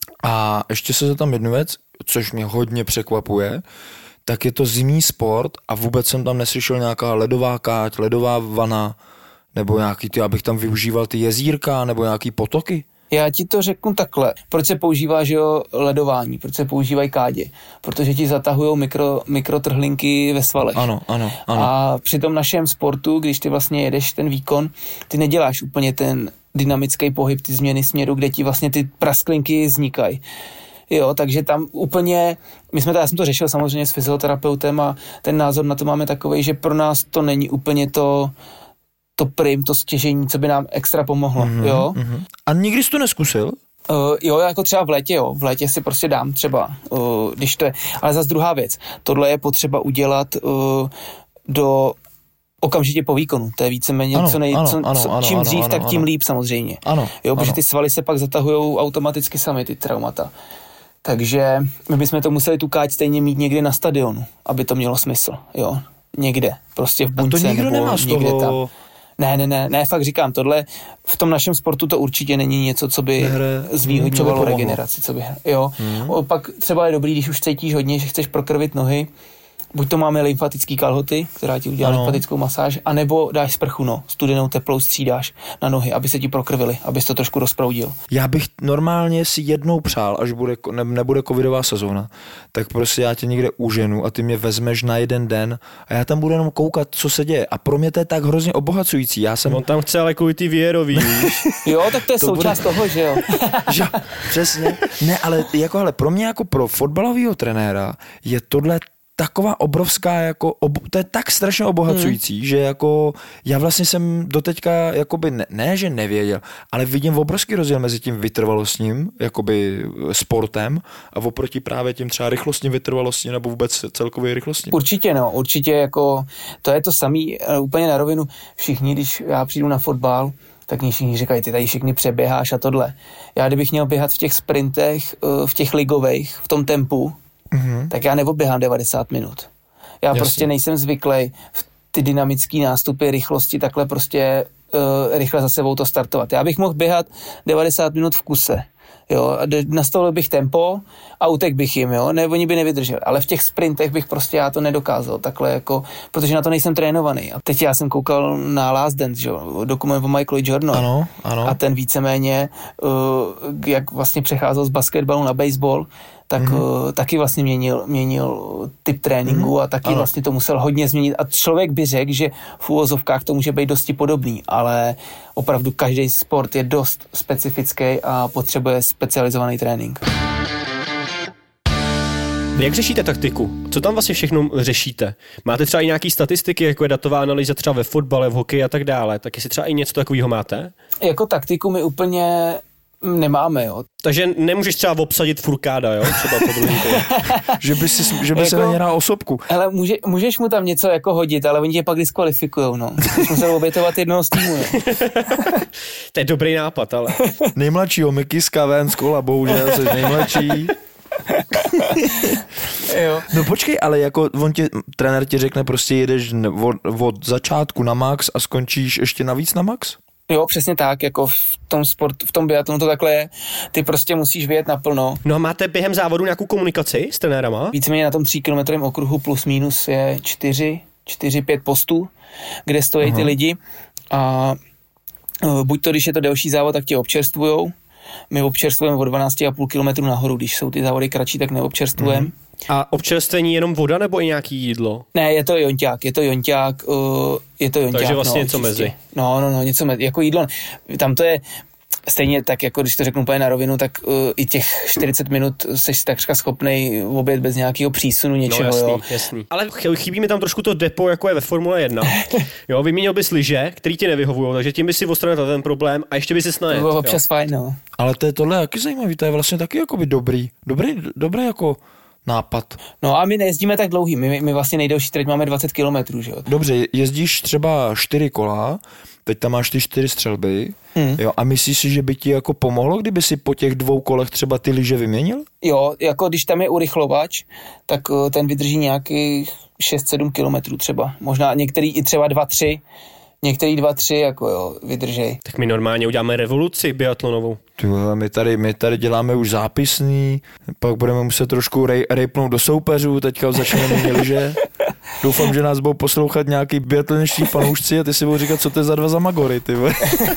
A ještě se tam jednu věc, což mě hodně překvapuje, tak je to zimní sport a vůbec jsem tam neslyšel nějaká ledová káť, ledová vana, nebo nějaký ty, abych tam využíval ty jezírka, nebo nějaký potoky? Já ti to řeknu takhle. Proč se používá, že jo, ledování? Proč se používají kádě? Protože ti zatahujou mikro, mikrotrhlinky ve svalech. Ano, ano, ano. A při tom našem sportu, když ty vlastně jedeš ten výkon, ty neděláš úplně ten dynamický pohyb, ty změny směru, kde ti vlastně ty prasklinky vznikají. Jo, takže tam úplně, my jsme to, já jsem to řešil samozřejmě s fyzioterapeutem a ten názor na to máme takovej, že pro nás to není úplně to to prim, to stěžení, co by nám extra pomohlo, mm-hmm, jo. Mm-hmm. A nikdy jsi to neskusil? Uh, jo, jako třeba v létě, jo. V létě si prostě dám třeba, uh, když to je, ale zase druhá věc, tohle je potřeba udělat uh, do okamžitě po výkonu, to je víceméně ano, co nej, ano, co, ano, co, ano, čím ano, dřív, ano, tak ano. tím líp samozřejmě. Ano, jo, protože ano. ty svaly se pak zatahujou automaticky sami, ty traumata. Takže my bychom to museli tu káť stejně mít někde na stadionu, aby to mělo smysl, jo. Někde, prostě v buňce, a to nikdo nebo nemá z někde toho... tam. Ne, ne, ne, ne, fakt říkám, tohle v tom našem sportu to určitě není něco, co by Nehre, zvýhodňovalo co by regeneraci, co by, jo. Hmm. Pak třeba je dobrý, když už cítíš hodně, že chceš prokrvit nohy, buď to máme lymfatický kalhoty, která ti udělá ano. lymfatickou masáž, anebo dáš sprchu, no, studenou teplou střídáš na nohy, aby se ti prokrvily, abys to trošku rozproudil. Já bych normálně si jednou přál, až bude, ne, nebude covidová sezóna, tak prostě já tě někde uženu a ty mě vezmeš na jeden den a já tam budu jenom koukat, co se děje. A pro mě to je tak hrozně obohacující. Já jsem... On tam chce ale kvůli ty věrový. Jo, tak to je to součást bude... toho, že jo. že, přesně. Ne, ale, jako, ale pro mě jako pro fotbalového trenéra je tohle taková obrovská, jako, ob, to je tak strašně obohacující, hmm. že jako já vlastně jsem doteďka jakoby ne, ne, že nevěděl, ale vidím obrovský rozdíl mezi tím vytrvalostním jakoby sportem a oproti právě tím třeba rychlostním vytrvalostním nebo vůbec celkově rychlostním. Určitě no, určitě jako to je to samý, úplně na rovinu všichni, když já přijdu na fotbal, tak mě všichni říkají, ty tady všichni přeběháš a tohle. Já kdybych měl běhat v těch sprintech, v těch ligových, v tom tempu, mm-hmm. tak já neoběhám devadesát minut. Já Jasně. prostě nejsem zvyklý v ty dynamické nástupy, rychlosti, takhle prostě uh, rychle za sebou to startovat. Já bych mohl běhat devadesát minut v kuse. Jo, nastavil bych tempo a utek bych jim, jo, ne, oni by nevydrželi, ale v těch sprintech bych prostě já to nedokázal, takhle jako, protože na to nejsem trénovaný. A teď já jsem koukal na Last Dance, jo, dokument o Michaelu Jordanovi. Ano, ano. A ten víceméně, uh, jak vlastně přecházel z basketbalu na baseball, tak mm-hmm. taky vlastně měnil, měnil typ tréninku mm-hmm. a taky ano. vlastně to musel hodně změnit. A člověk by řekl, že v úvozovkách to může být dosti podobný, ale opravdu každý sport je dost specifický a potřebuje specializovaný trénink. Jak řešíte taktiku? Co tam vlastně všechno řešíte? Máte třeba i nějaký statistiky, jako je datová analýza třeba ve fotbale, v hokeji a tak dále? Tak jestli třeba i něco takového máte? Jako taktiku my úplně nemáme, jo. Takže nemůžeš třeba obsadit Furkáda, jo? Třeba po druhý Že by si, že by jako, se na ně hrál osobku. Ale může, můžeš mu tam něco jako hodit, ale oni tě pak diskvalifikujou, no. Můžeš musel obětovat jednoho z týmu, no. To je dobrý nápad, ale. Nejmladšího Miky z Kaven z kola, bohužel jsi nejmladší. Jo. No počkej, ale jako on tě, trenér ti řekne prostě jedeš od, od začátku na max a skončíš ještě navíc na max? Jo, přesně tak, jako v tom sport, v tom biatlonu to takhle je. Ty prostě musíš vyjet naplno. No a máte během závodu nějakou komunikaci s trenérama? Víceméně na tom tříkilometrovém okruhu plus minus je čtyři, čtyři, pět postů, kde stojí Aha. ty lidi a buď to, když je to delší závod, tak tě občerstvujou. My občerstvujeme o dvanáct celá pět kilometru nahoru, když jsou ty závody kratší, tak neobčerstvujeme. Mm. A občerstvení jenom voda nebo i nějaký jídlo? Ne, je to jonťák, je to jonťák, uh, je to jonťák. Takže vlastně no, něco čistě. mezi. No, no, no, něco mezi, jako jídlo. Tam to je stejně tak, jako když to řeknu úplně na rovinu, tak uh, i těch čtyřicet minut seš takřka schopnej obět bez nějakého přísunu něčeho, no, jasný, jo. jasný. Ale chybí mi tam trošku to depo, jako je ve Formule jedna. Jo, vyměnil bys lyže, který ti nevyhovují, takže tím by si odstranil ten problém a ještě by si snajet. To bylo občas fajn, no. Ale to je tohle jaký zajímavý, to je vlastně taky jakoby dobrý, dobrý, dobrý jako nápad. No a my nejezdíme tak dlouhý, my, my vlastně nejdelší trať máme dvacet kilometrů, že jo. Dobře, jezdíš třeba čtyři kola, teď tam máš ty čtyři střelby, hmm. jo, a myslíš si, že by ti jako pomohlo, kdyby si po těch dvou kolech třeba ty lyže vyměnil? Jo, jako když tam je urychlovač, tak ten vydrží nějakých šest sedm kilometrů třeba, možná některý i třeba dva tři. Některý dva, tři, jako jo, vydržej. Tak my normálně uděláme revoluci biatlonovou. Tyhle, my tady, my tady děláme už zápisný, pak budeme muset trošku rej, rejpnout do soupeřů, teďka začneme mít lyže. Doufám, že nás budou poslouchat nějaký biatloničtí fanoušci a ty si budou říkat, co to je za dva zamagory, ty vole.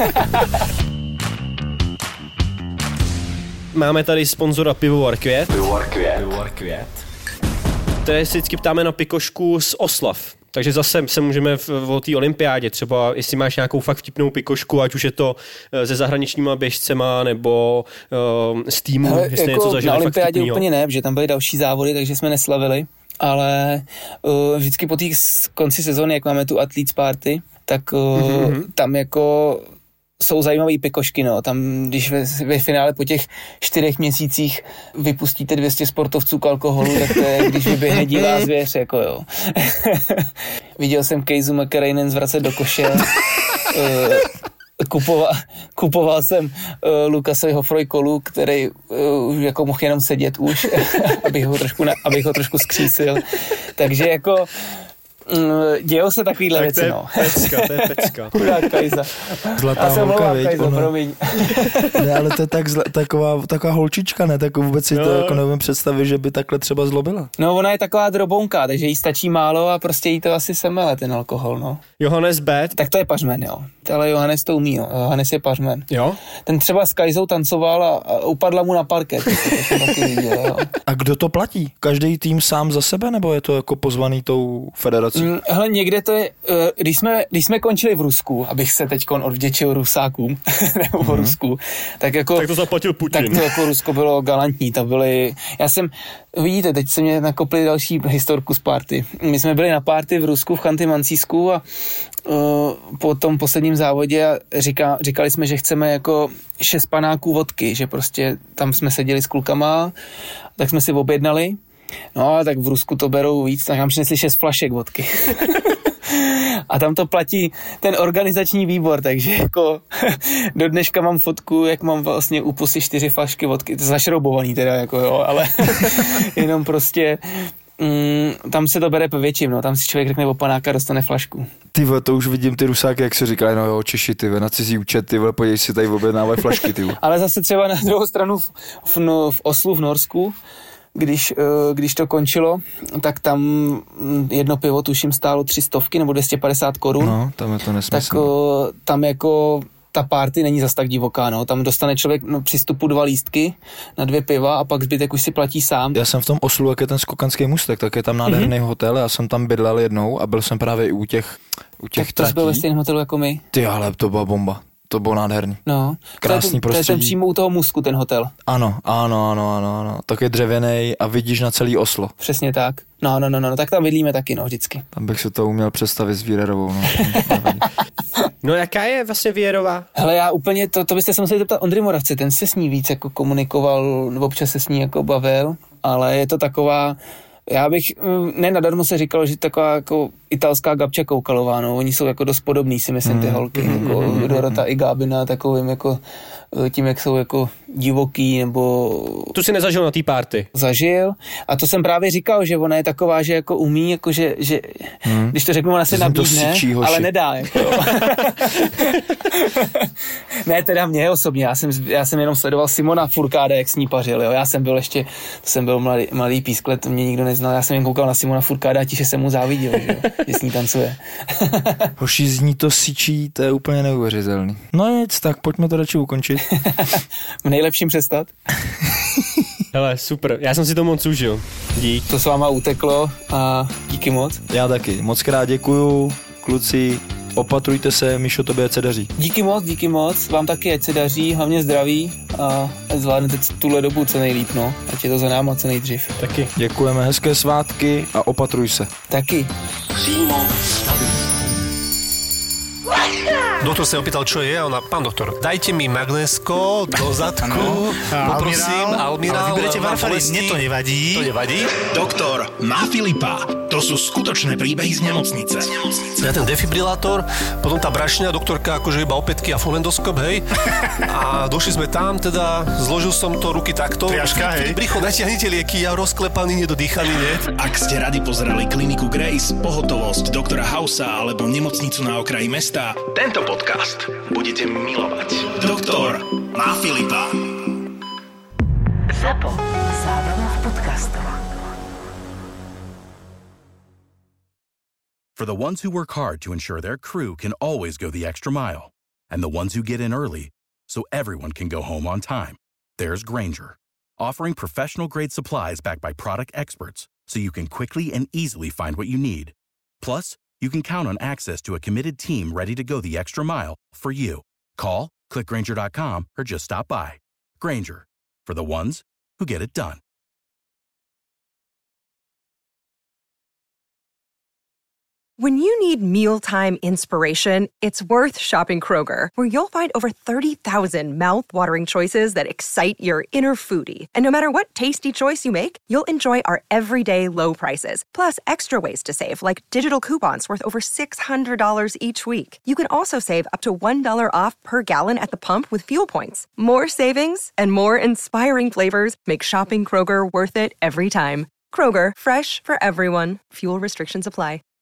Máme tady sponzora Pivovar Květ. Pivovar Květ. Pivovar Květ. Tady si vždycky ptáme na pikošku z oslav. Takže zase se můžeme v, o té olympiádě, třeba jestli máš nějakou fakt vtipnou pikošku, ať už je to se zahraničníma běžcema nebo uh, z týmu, Hele, jestli jako něco zažili na fakt olympiádě vtipnýho. úplně ne, protože tam byly další závody, takže jsme neslavili, ale uh, vždycky po té konci sezóny, jak máme tu Athletes Party, tak uh, mm-hmm. tam jako jsou zajímavý pikošky, no. Tam, když ve, ve finále po těch čtyřech měsících vypustíte dvě stě sportovců k alkoholu, tak to je, když vyběhne divá zvěř, jako jo. Viděl jsem Kejzu McKerrainen zvracet do koše. Kupoval, kupoval jsem uh, Lukasovi Hofroj kolu, který uh, jako mohl jenom sedět už, abych ho trošku, na, abych ho trošku skřísil. Takže jako dějou se takovýhle tak věci, to je no. pecka, to je pecka. Chudák Kajza. Zlatá holka, veď, Kajza, ono... promiň. Ne, ale to je tak zla, taková, taková holčička, ne? Tak vůbec si no. to jako nevím představit, že by takhle třeba zlobila. No, ona je taková drobounka, takže jí stačí málo a prostě jí to asi semele, ten alkohol, no. Johannes Bet. Tak to je pařmen, jo. Ale Johannes to umí, jo. Johannes je pařmen. Jo? Ten třeba s Kajzou tancoval a, a upadla mu na parket. To jsem taky viděl, jo. A kdo to platí? Každý tým sám za sebe, nebo je to jako pozvaný tou federací? Mm, hele, někde to je, když jsme, když jsme končili v Rusku, abych se teďkon odvděčil Rusákům, nebo v mm-hmm. Rusku, tak jako... Tak to zaplatil Putin. Tak to jako Rusko bylo galantní, to byly... Já jsem, vidíte, teď se mě nakopli další historku z party. My jsme byli na party v Rusku, v Chanty-Mansijsku a uh, po tom posledním závodě a říká, říkali jsme, že chceme jako šest panáků vodky, že prostě tam jsme seděli s klukama, tak jsme si objednali. No a tak v Rusku to berou víc, tak nám přinesli šest flašek vodky. A tam to platí ten organizační výbor, takže jako do dneška mám fotku, jak mám vlastně u pusy čtyři flašky vodky, to je zašroubovaný teda, jako jo, ale jenom prostě mm, tam se to bere po větším, no, tam si člověk řekne o panáka, dostane flašku. Ty vole, to už vidím ty Rusáky, jak se říkají, no jo, Češi, ty vole, na cizí účet, ty vole, podívej si tady objednávají flašky, ty vole. Ale zase třeba na druhou stranu v, v, no, v Oslu v Norsku, Když, když to končilo, tak tam jedno pivo tuším stálo tři stovky nebo dvě stě padesát korun. No, tam je to nesmysl. Tak tam jako ta party není zas tak divoká, no. Tam dostane člověk no, při vstupu dva lístky na dvě piva a pak zbytek už si platí sám. Já jsem v tom Oslu, jak je ten skokanský můstek, tak je tam nádherný mm-hmm. hotel, já jsem tam bydlel jednou a byl jsem právě i u těch, u těch tak to tratí. byl ve stejném hotelu jako my. Ty, ale to byla bomba. To bylo nádherný. No, krásný to je, prostředí. To je ten přímo u toho Musku, ten hotel. Ano, ano, ano, ano, ano. Tak je dřevěnej a vidíš na celý Oslo. Přesně tak. No, no, no, no, tak tam bydlíme taky, no, vždycky. Tam bych se to uměl představit s Vírerovou, no. No, jaká je vlastně Vírerová? Hele, já úplně, to, to byste se museli zeptat Ondry Moravce, ten se s ní víc jako komunikoval, nebo občas se s ní jako bavil, ale je to taková, já bych, ne nadarmo se říkalo, že taková jako italská Gabča Koukalová, no, oni jsou jako dost podobný, si myslím, ty holky, mm, jako mm, Dorota mm. i Gábina, takovým jako, tím, jak jsou jako divoký, nebo... Tu si nezažil na té party. Zažil a to jsem právě říkal, že ona je taková, že jako umí, jako že, že hmm. když to řeknu, ona se nabídne, ale nedá, jako. Ne, teda mě osobně, já jsem, já jsem jenom sledoval Simona Furkáda, jak s ní pařil, jo, já jsem byl ještě, to jsem byl mladý, mladý písklet, mě nikdo neznal, já jsem jen koukal na Simona Furkáda a tiše jsem mu záviděl, že, že s ní tancuje. Hoši, z ní to syčí, to je úplně neuvěřitelný. No nic, tak pojďme to radši ukončit. V nejlepším přestat. Hele, super, já jsem si to moc užil. Dík. To s váma uteklo a díky moc. Já taky, moc krát děkuju, kluci, opatrujte se, Mišo, tobě ať se daří. Díky moc, díky moc, vám taky ať se daří, hlavně zdraví a ať zvládnete tuhle dobu co nejlíp, no, ať je to za náma co nejdřív. Taky. Děkujeme, hezké svátky a opatruj se. Taky. Doktor sa opýtal, čo je, a ona, pán doktor, dajte mi magnésko do zadku, poprosím, Almirál. Ale vyberete varfarín, mne to nevadí. To nevadí. Doktor má Filipa. To sú skutočné príbehy z nemocnice. Ja ten defibrilátor, potom tá brašňa, doktorka akože iba opätky a fonendoskop, hej. A došli sme tam, teda zložil som to ruky takto. Triaška, hej. Bricho, natiahnite lieky, ja rozklepaný, nedodýchaný, nie? Ak ste radi pozerali kliniku Grace, pohotovosť doktora Hausa alebo nemocnicu na okraji mesta, tento podcast budete milovať. Doktor má Filipa. Zapo. Zábrná v podcastovách. For the ones who work hard to ensure their crew can always go the extra mile, and the ones who get in early so everyone can go home on time, there's Grainger, offering professional-grade supplies backed by product experts so you can quickly and easily find what you need. Plus, you can count on access to a committed team ready to go the extra mile for you. Call, click Grainger dot com, or just stop by. Grainger, for the ones who get it done. When you need mealtime inspiration, it's worth shopping Kroger, where you'll find over thirty thousand mouth-watering choices that excite your inner foodie. And no matter what tasty choice you make, you'll enjoy our everyday low prices, plus extra ways to save, like digital coupons worth over six hundred dollars each week. You can also save up to one dollar off per gallon at the pump with fuel points. More savings and more inspiring flavors make shopping Kroger worth it every time. Kroger, fresh for everyone. Fuel restrictions apply.